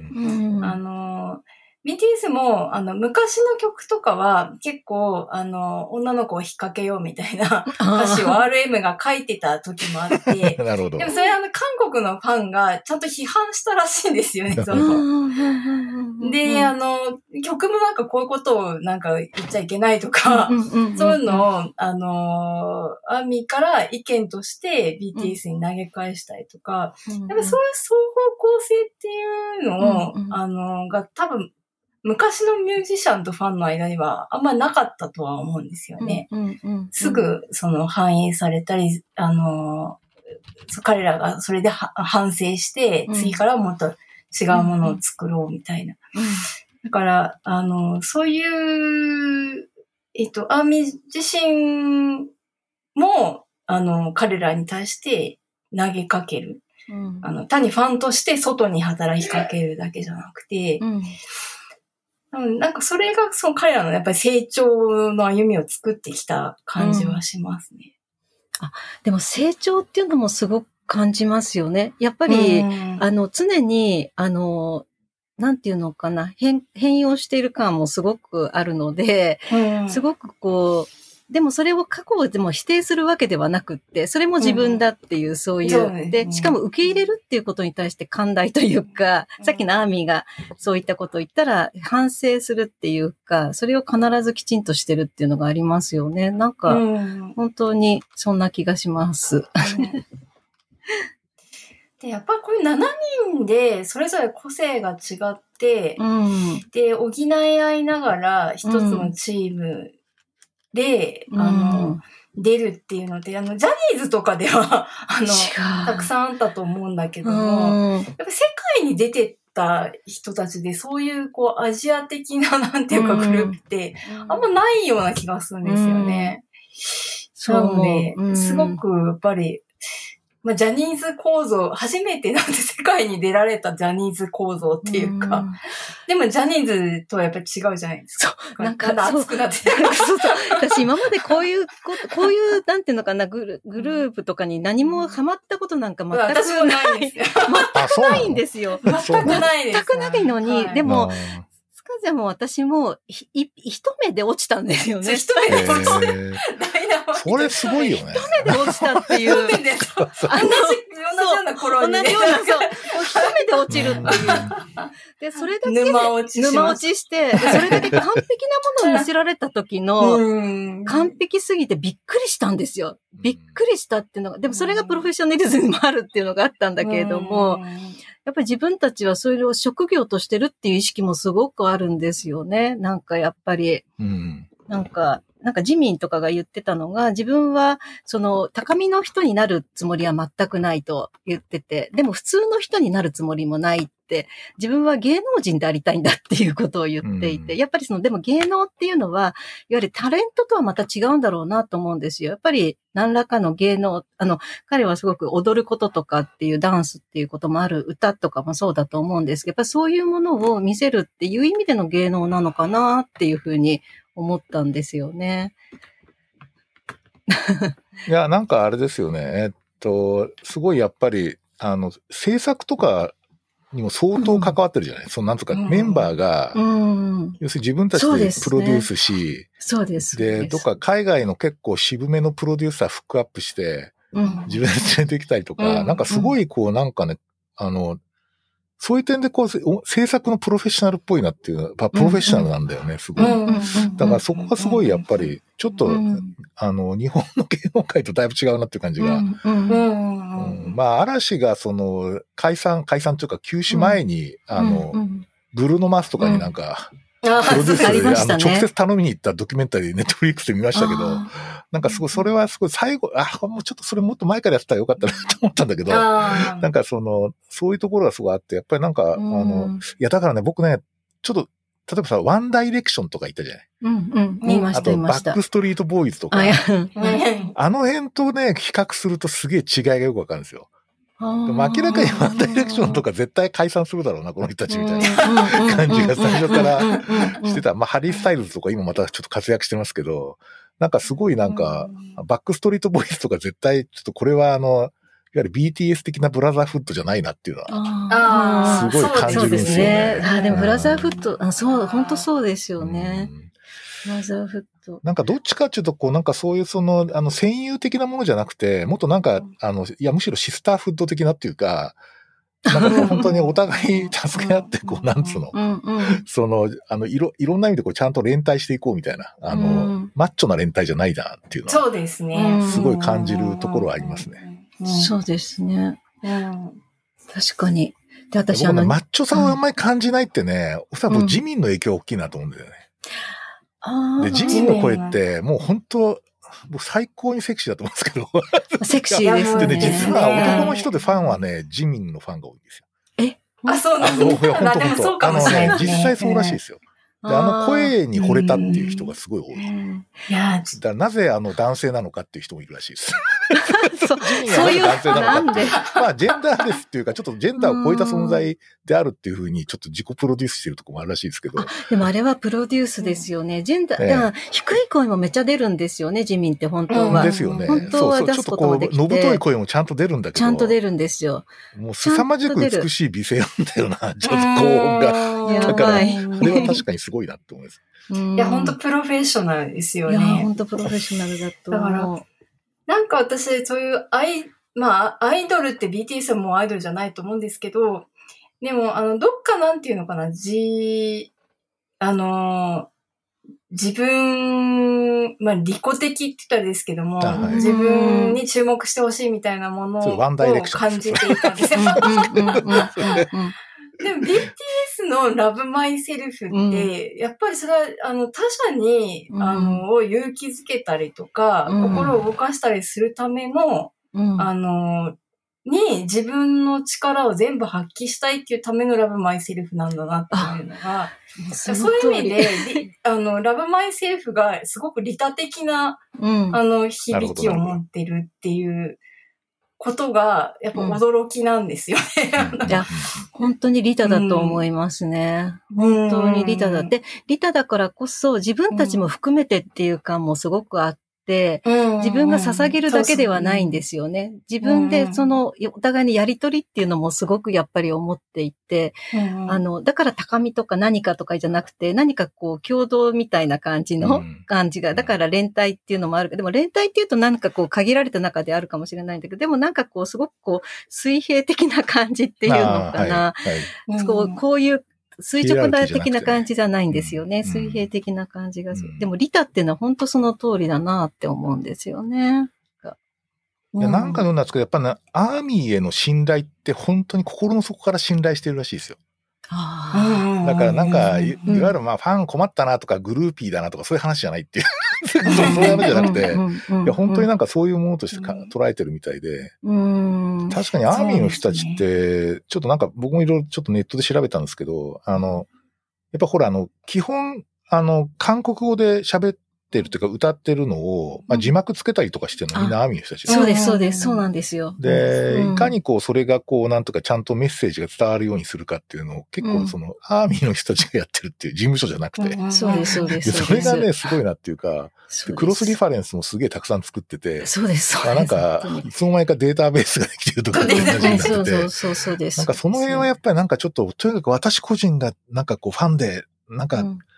、BTS も、昔の曲とかは結構、女の子を引っ掛けようみたいな歌詞を RM が書いてた時もあって、 なるほど。 でもそれ韓国のファンがちゃんと批判したらしいんですよね、その。で、曲もなんかこういうことをなんか言っちゃいけないとか、そういうのを、アーミーから意見として BTS に投げ返したりとか、やっぱそういう双方向性っていうのを、が多分、昔のミュージシャンとファンの間にはあんまなかったとは思うんですよね。すぐその反映されたり、彼らがそれで反省して、次からもっと違うものを作ろうみたいな。だから、そういう、アーミー自身も、彼らに対して投げかける。単にファンとして外に働きかけるだけじゃなくて、なんかそれがその彼らのやっぱり成長の歩みを作ってきた感じはしますね。 でも成長っていうのもすごく感じますよね。やっぱり、常に、なんていうのかな、変容している感もすごくあるので、すごくこう、でもそれを過去でも否定するわけではなくって、それも自分だっていう、そういう、で、しかも受け入れるっていうことに対して寛大というか、さっきのアーミーがそういったことを言ったら反省するっていうか、それを必ずきちんとしてるっていうのがありますよね。なんか、本当にそんな気がします。 で、やっぱりこれ7人でそれぞれ個性が違って、で、補い合いながら一つのチームで、出るっていうので、ジャニーズとかでは、たくさんあったと思うんだけども、やっぱ世界に出てった人たちで、そういう、こう、アジア的な、なんていうか、グループって、あんまないような気がするんですよね。なので、すごく、やっぱり、まあ、ジャニーズ構造、初めてなんて世界に出られたジャニーズ構造っていうか、でもジャニーズとはやっぱり違うじゃないですか。 そう、なんか熱くなって。 そう。私今までこういう、なんていうのかな、グループとかに何もハマったことなんか全くない。 私もないんですよ。 全くないんですよ。 全くないです。 全くないのに、でも、スカジャも私も一目で落ちたんですよね。 一目で落ちた。 それすごいよね。 一目で落ちたっていう。 同じような頃にね。 同じような、そう。一目で落ちるっていう。で、それだけ沼落ちして、それだけ完璧なものを見せられた時の、完璧すぎてびっくりしたんですよ。びっくりしたっていうのが、でもそれがプロフェッショナリズムもあるっていうのがあったんだけれども、やっぱり自分たちはそれを職業としてるっていう意識もすごくあるんですよね。なんかやっぱり、なんかジミンとかが言ってたのが、自分はその高みの人になるつもりは全くないと言ってて、でも普通の人になるつもりもないって、自分は芸能人でありたいんだっていうことを言っていて、やっぱりでも芸能っていうのは、いわゆるタレントとはまた違うんだろうなと思うんですよ。やっぱり何らかの芸能、彼はすごく踊ることとかっていうダンスっていうこともある、歌とかもそうだと思うんですけど、やっぱりそういうものを見せるっていう意味での芸能なのかなっていうふうに思ったんですよね。 いや、なんかあれですよね。すごいやっぱり、制作とかにも相当関わってるじゃない、なんとか、メンバーが、要するに自分たちでプロデュースし、 そうです。 で、どっか海外の結構渋めのプロデューサーフックアップして、自分で連れてきたりとか、なんかすごいなんかね、 そういう点でこう、制作のプロフェッショナルっぽいなっていうのは、プロフェッショナルなんだよね、すごい。だからそこがすごいやっぱり、ちょっと、日本の芸能界とだいぶ違うなっていう感じが。まあ、嵐が解散というか休止前に、ブルーノマースとかになんか、プロデュースで、直接頼みに行ったドキュメンタリーネットフリックスで見ましたけど、なんかすごい、それはすごい最後、もうちょっとそれもっと前からやってたらよかったなと思ったんだけど、なんかそういうところがすごいあって、やっぱりなんか、いやだからね、僕ね、ちょっと、例えばさ、ワンダイレクションとか言ったじゃない。 見ました、 あと、バックストリートボーイズとか、あの辺とね、比較するとすげえ違いがよくわかるんですよ。でも明らかにワンダイレクションとか絶対解散するだろうな、この人たちみたいな感じが最初からしてた。まあ、ハリー・スタイルズとか今またちょっと活躍してますけど、なんかすごいなんか、バックストリートボーイズとか絶対、ちょっとこれはいわゆる BTS 的なブラザーフットじゃないなっていうのは、すごい感じるんですよね。 でもブラザーフット、本当そうですよね。ブラザーフット。 なんかどっちかっていうと、こうなんかそういう戦友的なものじゃなくて、もっとなんか、いやむしろシスターフッド的なっていうか、なんかこう本当にお互い助け合って、こうなんつうの、いろんな意味でこうちゃんと連帯していこうみたいな、マッチョな連帯じゃないなっていうのは、 そうですね。 すごい感じるところはありますね。 そうですね。確かに。 で、私マッチョさをあんまり感じないってね、おそらく自民の影響大きいなと思うんだよね。で、自民の声って、もう本当、僕最高にセクシーだと思うんですけど。 セクシーですね。 でね、実は男の人でファンはね、自民のファンが多いんですよ。 そうなんだ。でもそうかもしれない。 実際そうらしいですよ。で、声に惚れたっていう人がすごい多い。いや、だなぜ男性なのかっていう人もいるらしいです。 そういう男性なのか。 まあ、ジェンダーレスっていうか、ちょっとジェンダーを超えた存在であるっていうふうに、ちょっと自己プロデュースしてるところもあるらしいですけど。 でもあれはプロデュースですよね。ジェンダー、だから低い声もめっちゃ出るんですよね、自民って本当は。 ですよね。 本当は出すこともできて。 のぶとい声もちゃんと出るんだけど。 ちゃんと出るんですよ。 もう凄まじく美しい美声なんだよな、ちょっと高音が。だから、あれは確かにすごいなって思います。 いや、本当プロフェッショナルですよね。 いや、本当プロフェッショナルだと思う。だから、 なんか私、そういうまあ、アイドルって BTS はもうアイドルじゃないと思うんですけど、でも、どっかなんていうのかな、自分、まあ、利己的って言ったらですけども、自分に注目してほしいみたいなものを感じていたんですよ。でも BTS の Love Myself って、やっぱりそれは、他者に、を勇気づけたりとか、心を動かしたりするための、に自分の力を全部発揮したいっていうための Love Myself なんだなっていうのが、そういう意味で、Love Myself がすごく利他的な、響きを持ってるっていうことが、やっぱ驚きなんですよね。 いや、本当に利他だと思いますね。本当に利他だって、利他だからこそ自分たちも含めてっていう感もすごくあって、自分が捧げるだけではないんですよね。自分でお互いにやりとりっていうのもすごくやっぱり思っていて、だから高みとか何かとかじゃなくて、何かこう共同みたいな感じの感じが、だから連帯っていうのもあるけど、でも連帯っていうとなんかこう限られた中であるかもしれないんだけど、でもなんかこうすごくこう水平的な感じっていうのかな。こういう垂直的な感じじゃないんですよね。水平的な感じがする。でも、利他っていうのは本当その通りだなって思うんですよね。 いや、なんかのんですけど、やっぱね、アーミーへの信頼って本当に心の底から信頼してるらしいですよ。だからなんか、いわゆるまあファン困ったなとかグルーピーだなとかそういう話じゃないっていう。そういう話じゃなくて、いや本当になんかそういうものとして捉えてるみたいで、確かにアーミーの人たちって、ちょっとなんか僕もいろいろちょっとネットで調べたんですけど、やっぱほら基本、韓国語で喋ってるというか歌ってるのを、まあ、字幕つけたりとかしてるのみんなアーミーの人たち。 そうです、そうです、そうなんですよ。 で、いかにこう、それがこう、なんとかちゃんとメッセージが伝わるようにするかっていうのを、結構アーミーの人たちがやってるっていう事務所じゃなくて。 そうです、そうです。 それがね、すごいなっていうか、クロスリファレンスもすげえたくさん作ってて。 そうです、そうです。 なんか、いつの間にかデータベースができてるとか同じになってて。 そうです。 なんかその辺はやっぱりなんかちょっと、とにかく私個人がなんかこう、ファンで、なんか、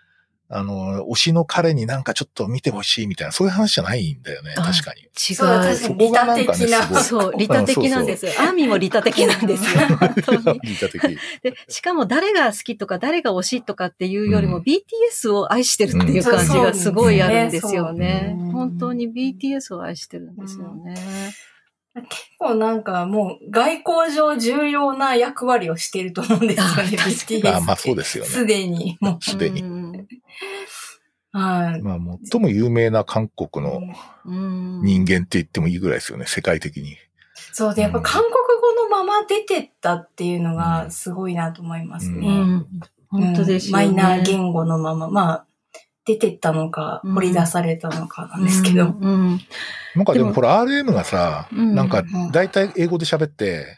推しの彼になんかちょっと見てほしいみたいな、そういう話じゃないんだよね、確かに。 違そう、確う。 かに利他的な。 そう、利他的なんですよ。アーミーも利他的なんですよ。本当に。 利他的。 で、しかも誰が好きとか誰が推しとかっていうよりも BTS を愛してるっていう感じがすごいあるんですよね。本当に BTS を愛してるんですよね。 結構なんかもう外交上重要な役割をしていると思うんですよね、BTS。 まあそうですよね。 すでに。 すでに。 はい。 まあ最も有名な韓国の人間って言ってもいいぐらいですよね、世界的に。 そうで、やっぱ韓国語のまま出てったっていうのがすごいなと思いますね。 本当ですよね。 マイナー言語のまま、まあ、出てったのか、掘り出されたのかなんですけど。 なんかでもほら RM がさ、なんか大体英語で喋って、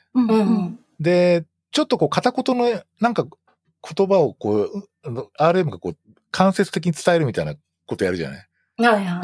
で、ちょっとこう片言のなんか言葉をこう、RM がこう間接的に伝えるみたいなことやるじゃない。 はいはい。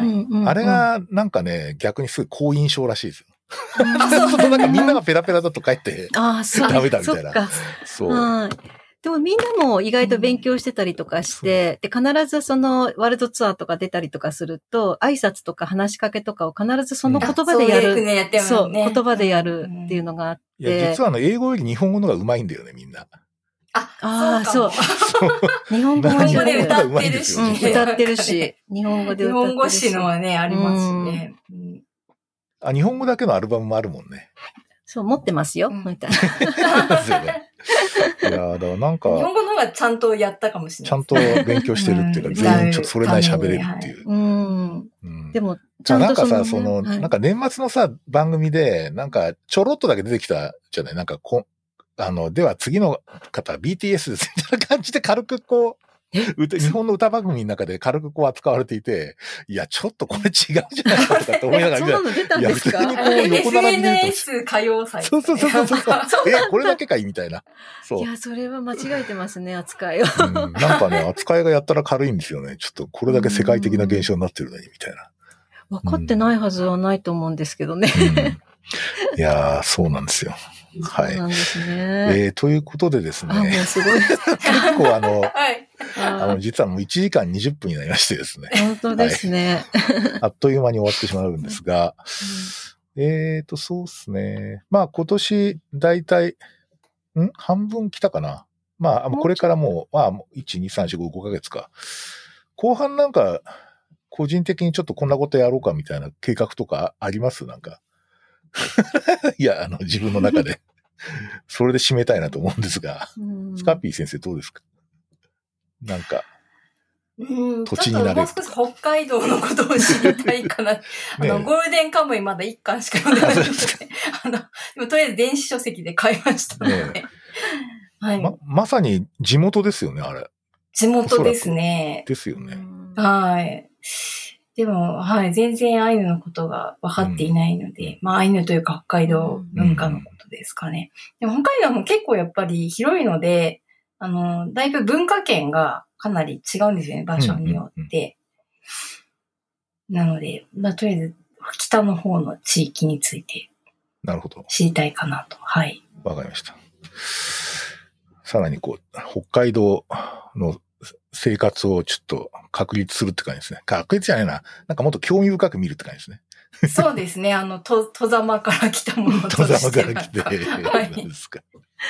あれがなんかね、逆にすごい好印象らしいですよ。そうするとなんかみんながペラペラだとか言って、ダメだみたいな。 そう。でもみんなも意外と勉強してたりとかして、で、必ずそのワールドツアーとか出たりとかすると、挨拶とか話しかけとかを必ずその言葉でやる。そう、言葉でやるっていうのがあって。 いや、実は英語より日本語の方が上手いんだよね、みんな。 そう。日本語で歌ってるし。 歌ってるし。日本語で歌ってるし。 日本語詞のはね、ありますしね。 日本語だけのアルバムもあるもんね。 そう、持ってますよ、みたいな。 いやだからなんか。 日本語の方がちゃんとやったかもしれない。 ちゃんと勉強してるっていうか、全員ちょっとそれなり喋れるっていう。 でも、ちゃんとなんかさ、なんか年末のさ、番組で、なんかちょろっとだけ出てきたじゃないなんかでは次の方、BTS ですみたいな感じで軽くこう、日本の歌番組の中で軽くこう扱われていて、いや、ちょっとこれ違うじゃないかとかって思いながら見た。 そんなの出たんですか？ いや、普通にこう横並びで見ると。 SNS 歌謡祭。 そう。これだけかいみたいな。そう。 いや、それは間違えてますね、扱いを。 なんかね、扱いがやったら軽いんですよね。ちょっとこれだけ世界的な現象になってるのに、みたいな。 分かってないはずはないと思うんですけどね。 いやー、そうなんですよ。はい。 そうなんですね。 ということでですね。 もうすごい。 結構はい。 実はもう1時間20分になりましてですね。 本当ですね。 あっという間に終わってしまうんですが、そうですね。まあ今年、だいたい、半分来たかな。まあ、これからもう、1、2、3、4、5ヶ月か。後半なんか、個人的にちょっとこんなことやろうかみたいな計画とかありますなんか。いや、自分の中で。それで締めたいなと思うんですが。スカッピー先生どうですか？なんか、土地になれる。 ちょっともう少し北海道のことを知りたいかな。ゴールデンカムイまだ1巻しか読んでないので、でもとりあえず電子書籍で買いましたので。はい。 まさに地元ですよね、あれ。 地元ですね。 ですよね。 はい。でも、はい、全然アイヌのことが分かっていないので、アイヌというか北海道文化のことですかね。でも北海道も結構やっぱり広いので、だいぶ文化圏がかなり違うんですよね、場所によって。なので、とりあえず北の方の地域についてなるほど。 知りたいかなと。はい。 わかりました。さらに北海道の生活をちょっと確立するって感じですね。確立じゃないな。なんかもっと興味深く見るって感じですね。 そうですね。戸様から来たものとして。 戸様から来て。 はい。 ですか。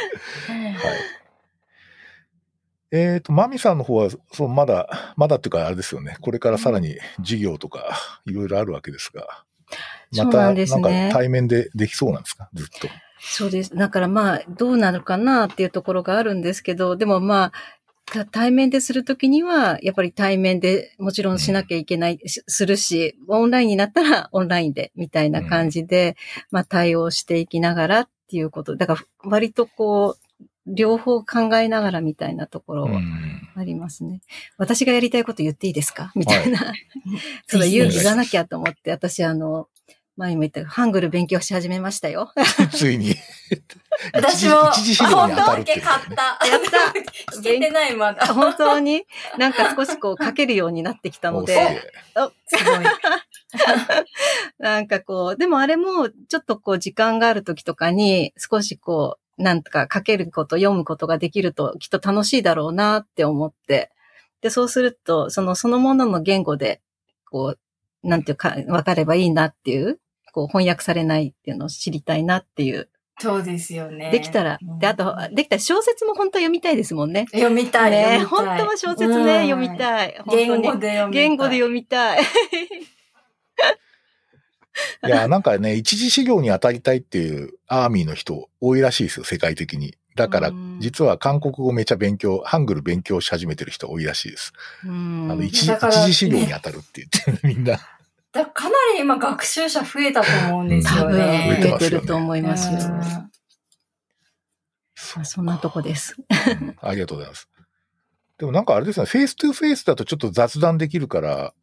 はい。マミさんの方は、まだっていうかあれですよね。これからさらに事業とかいろいろあるわけですが。また、なんか対面でできそうなんですか？ずっと。 そうです。だからどうなるかなっていうところがあるんですけど、でも対面でするときには、やっぱり対面でもちろんしなきゃいけない、するし、オンラインになったらオンラインで、みたいな感じで、対応していきながらっていうこと。だから割と両方考えながらみたいなところありますね。私がやりたいこと言っていいですかみたいな。それ言わなきゃと思って、私前も言ったハングル勉強し始めましたよ。 ついに。 私も、本当に買った。 やった。 聞けてないまだ。 本当になんか少し書けるようになってきたので。 すごい。 なんかでもあれもちょっと時間がある時とかに少しなんとか書けること、読むことができるときっと楽しいだろうなって思って。 で、そうすると、そのものの言語で、こう、なんていうか、わかればいいなっていう、こう、翻訳されないっていうのを知りたいなっていう。 そうですよね。 できたら、で、あと、できたら小説も本当は読みたいですもんね。 読みたい。 ね、本当は小説ね、読みたい。 言語で読みたい。 言語で読みたい。 いや、なんかね、一次修行に当たりたいっていうアーミーの人多いらしいですよ、世界的に。だから、実は韓国語めちゃハングル勉強し始めてる人多いらしいです。一次修行に当たるって言って、みんな。 かなり今学習者増えたと思うんですよね。 増えてると思いますよ。そんなとこです。 ありがとうございます。でもなんかあれですね、フェイストゥフェイスだとちょっと雑談できるから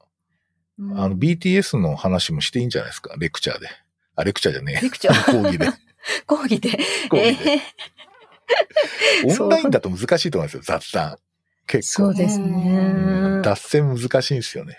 、BTS の話もしていいんじゃないですか、レクチャーで。レクチャーじゃねえ。 レクチャー講義で。 講義で。 オンラインだと難しいと思いますよ、雑談。結構。 そうですね。 脱線難しいんですよね。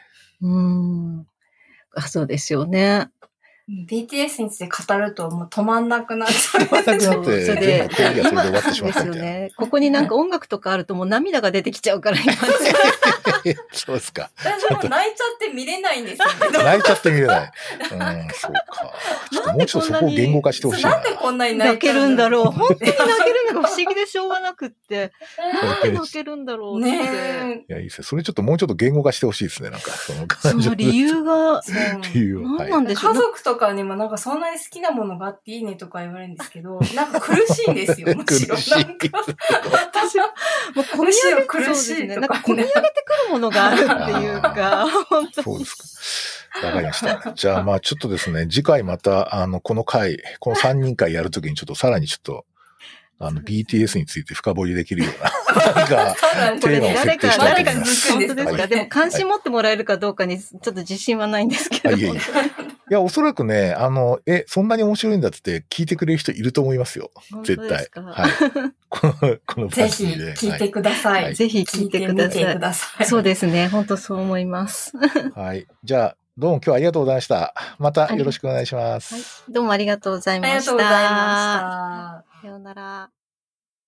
そうですよね。 BTS について語るともう止まんなくなっちゃう。 止まんなくなって、全部講義がそれで終わってしまったみたいな。ですよね。 ここになんか音楽とかあるともう涙が出てきちゃうから今。 そうですか。 私も泣いちゃって見れないんですよね。 泣いちゃって見れない。そうか。ちょっともうちょっとそこを言語化してほしいな。 なんでこんなに泣けるんだろう。本当に泣けるのが不思議でしょうがなくって。なんで泣けるんだろうって。 ねいや、いいですよ。それちょっともうちょっと言語化してほしいですね。なんか、 その理由が、 何なんでしょう。 家族とかにもなんかそんなに好きなものがあっていいねとか言われるんですけど、なんか苦しいんですよ、むしろ。 苦しい。 私は、 もう込み上げ苦しいね。なんか込み上げてくるものがあるっていうか、本当に。 そうですか。わかりました。じゃあまあちょっとですね、次回また、この3人会やるときにちょっとさらにちょっと、BTS について深掘りできるような、なんか、テーマを設定したいと思います。 本当ですか。でも関心持ってもらえるかどうかにちょっと自信はないんですけど。 いや、おそらくね、そんなに面白いんだって聞いてくれる人いると思いますよ。絶対。はい。このぜひ聞いてください。 ぜひ聞いてください。そうですね。本当そう思います。 はい。じゃあ、どうも今日はありがとうございました。またよろしくお願いします。 どうもありがとうございました。 ありがとうございました。 さようなら。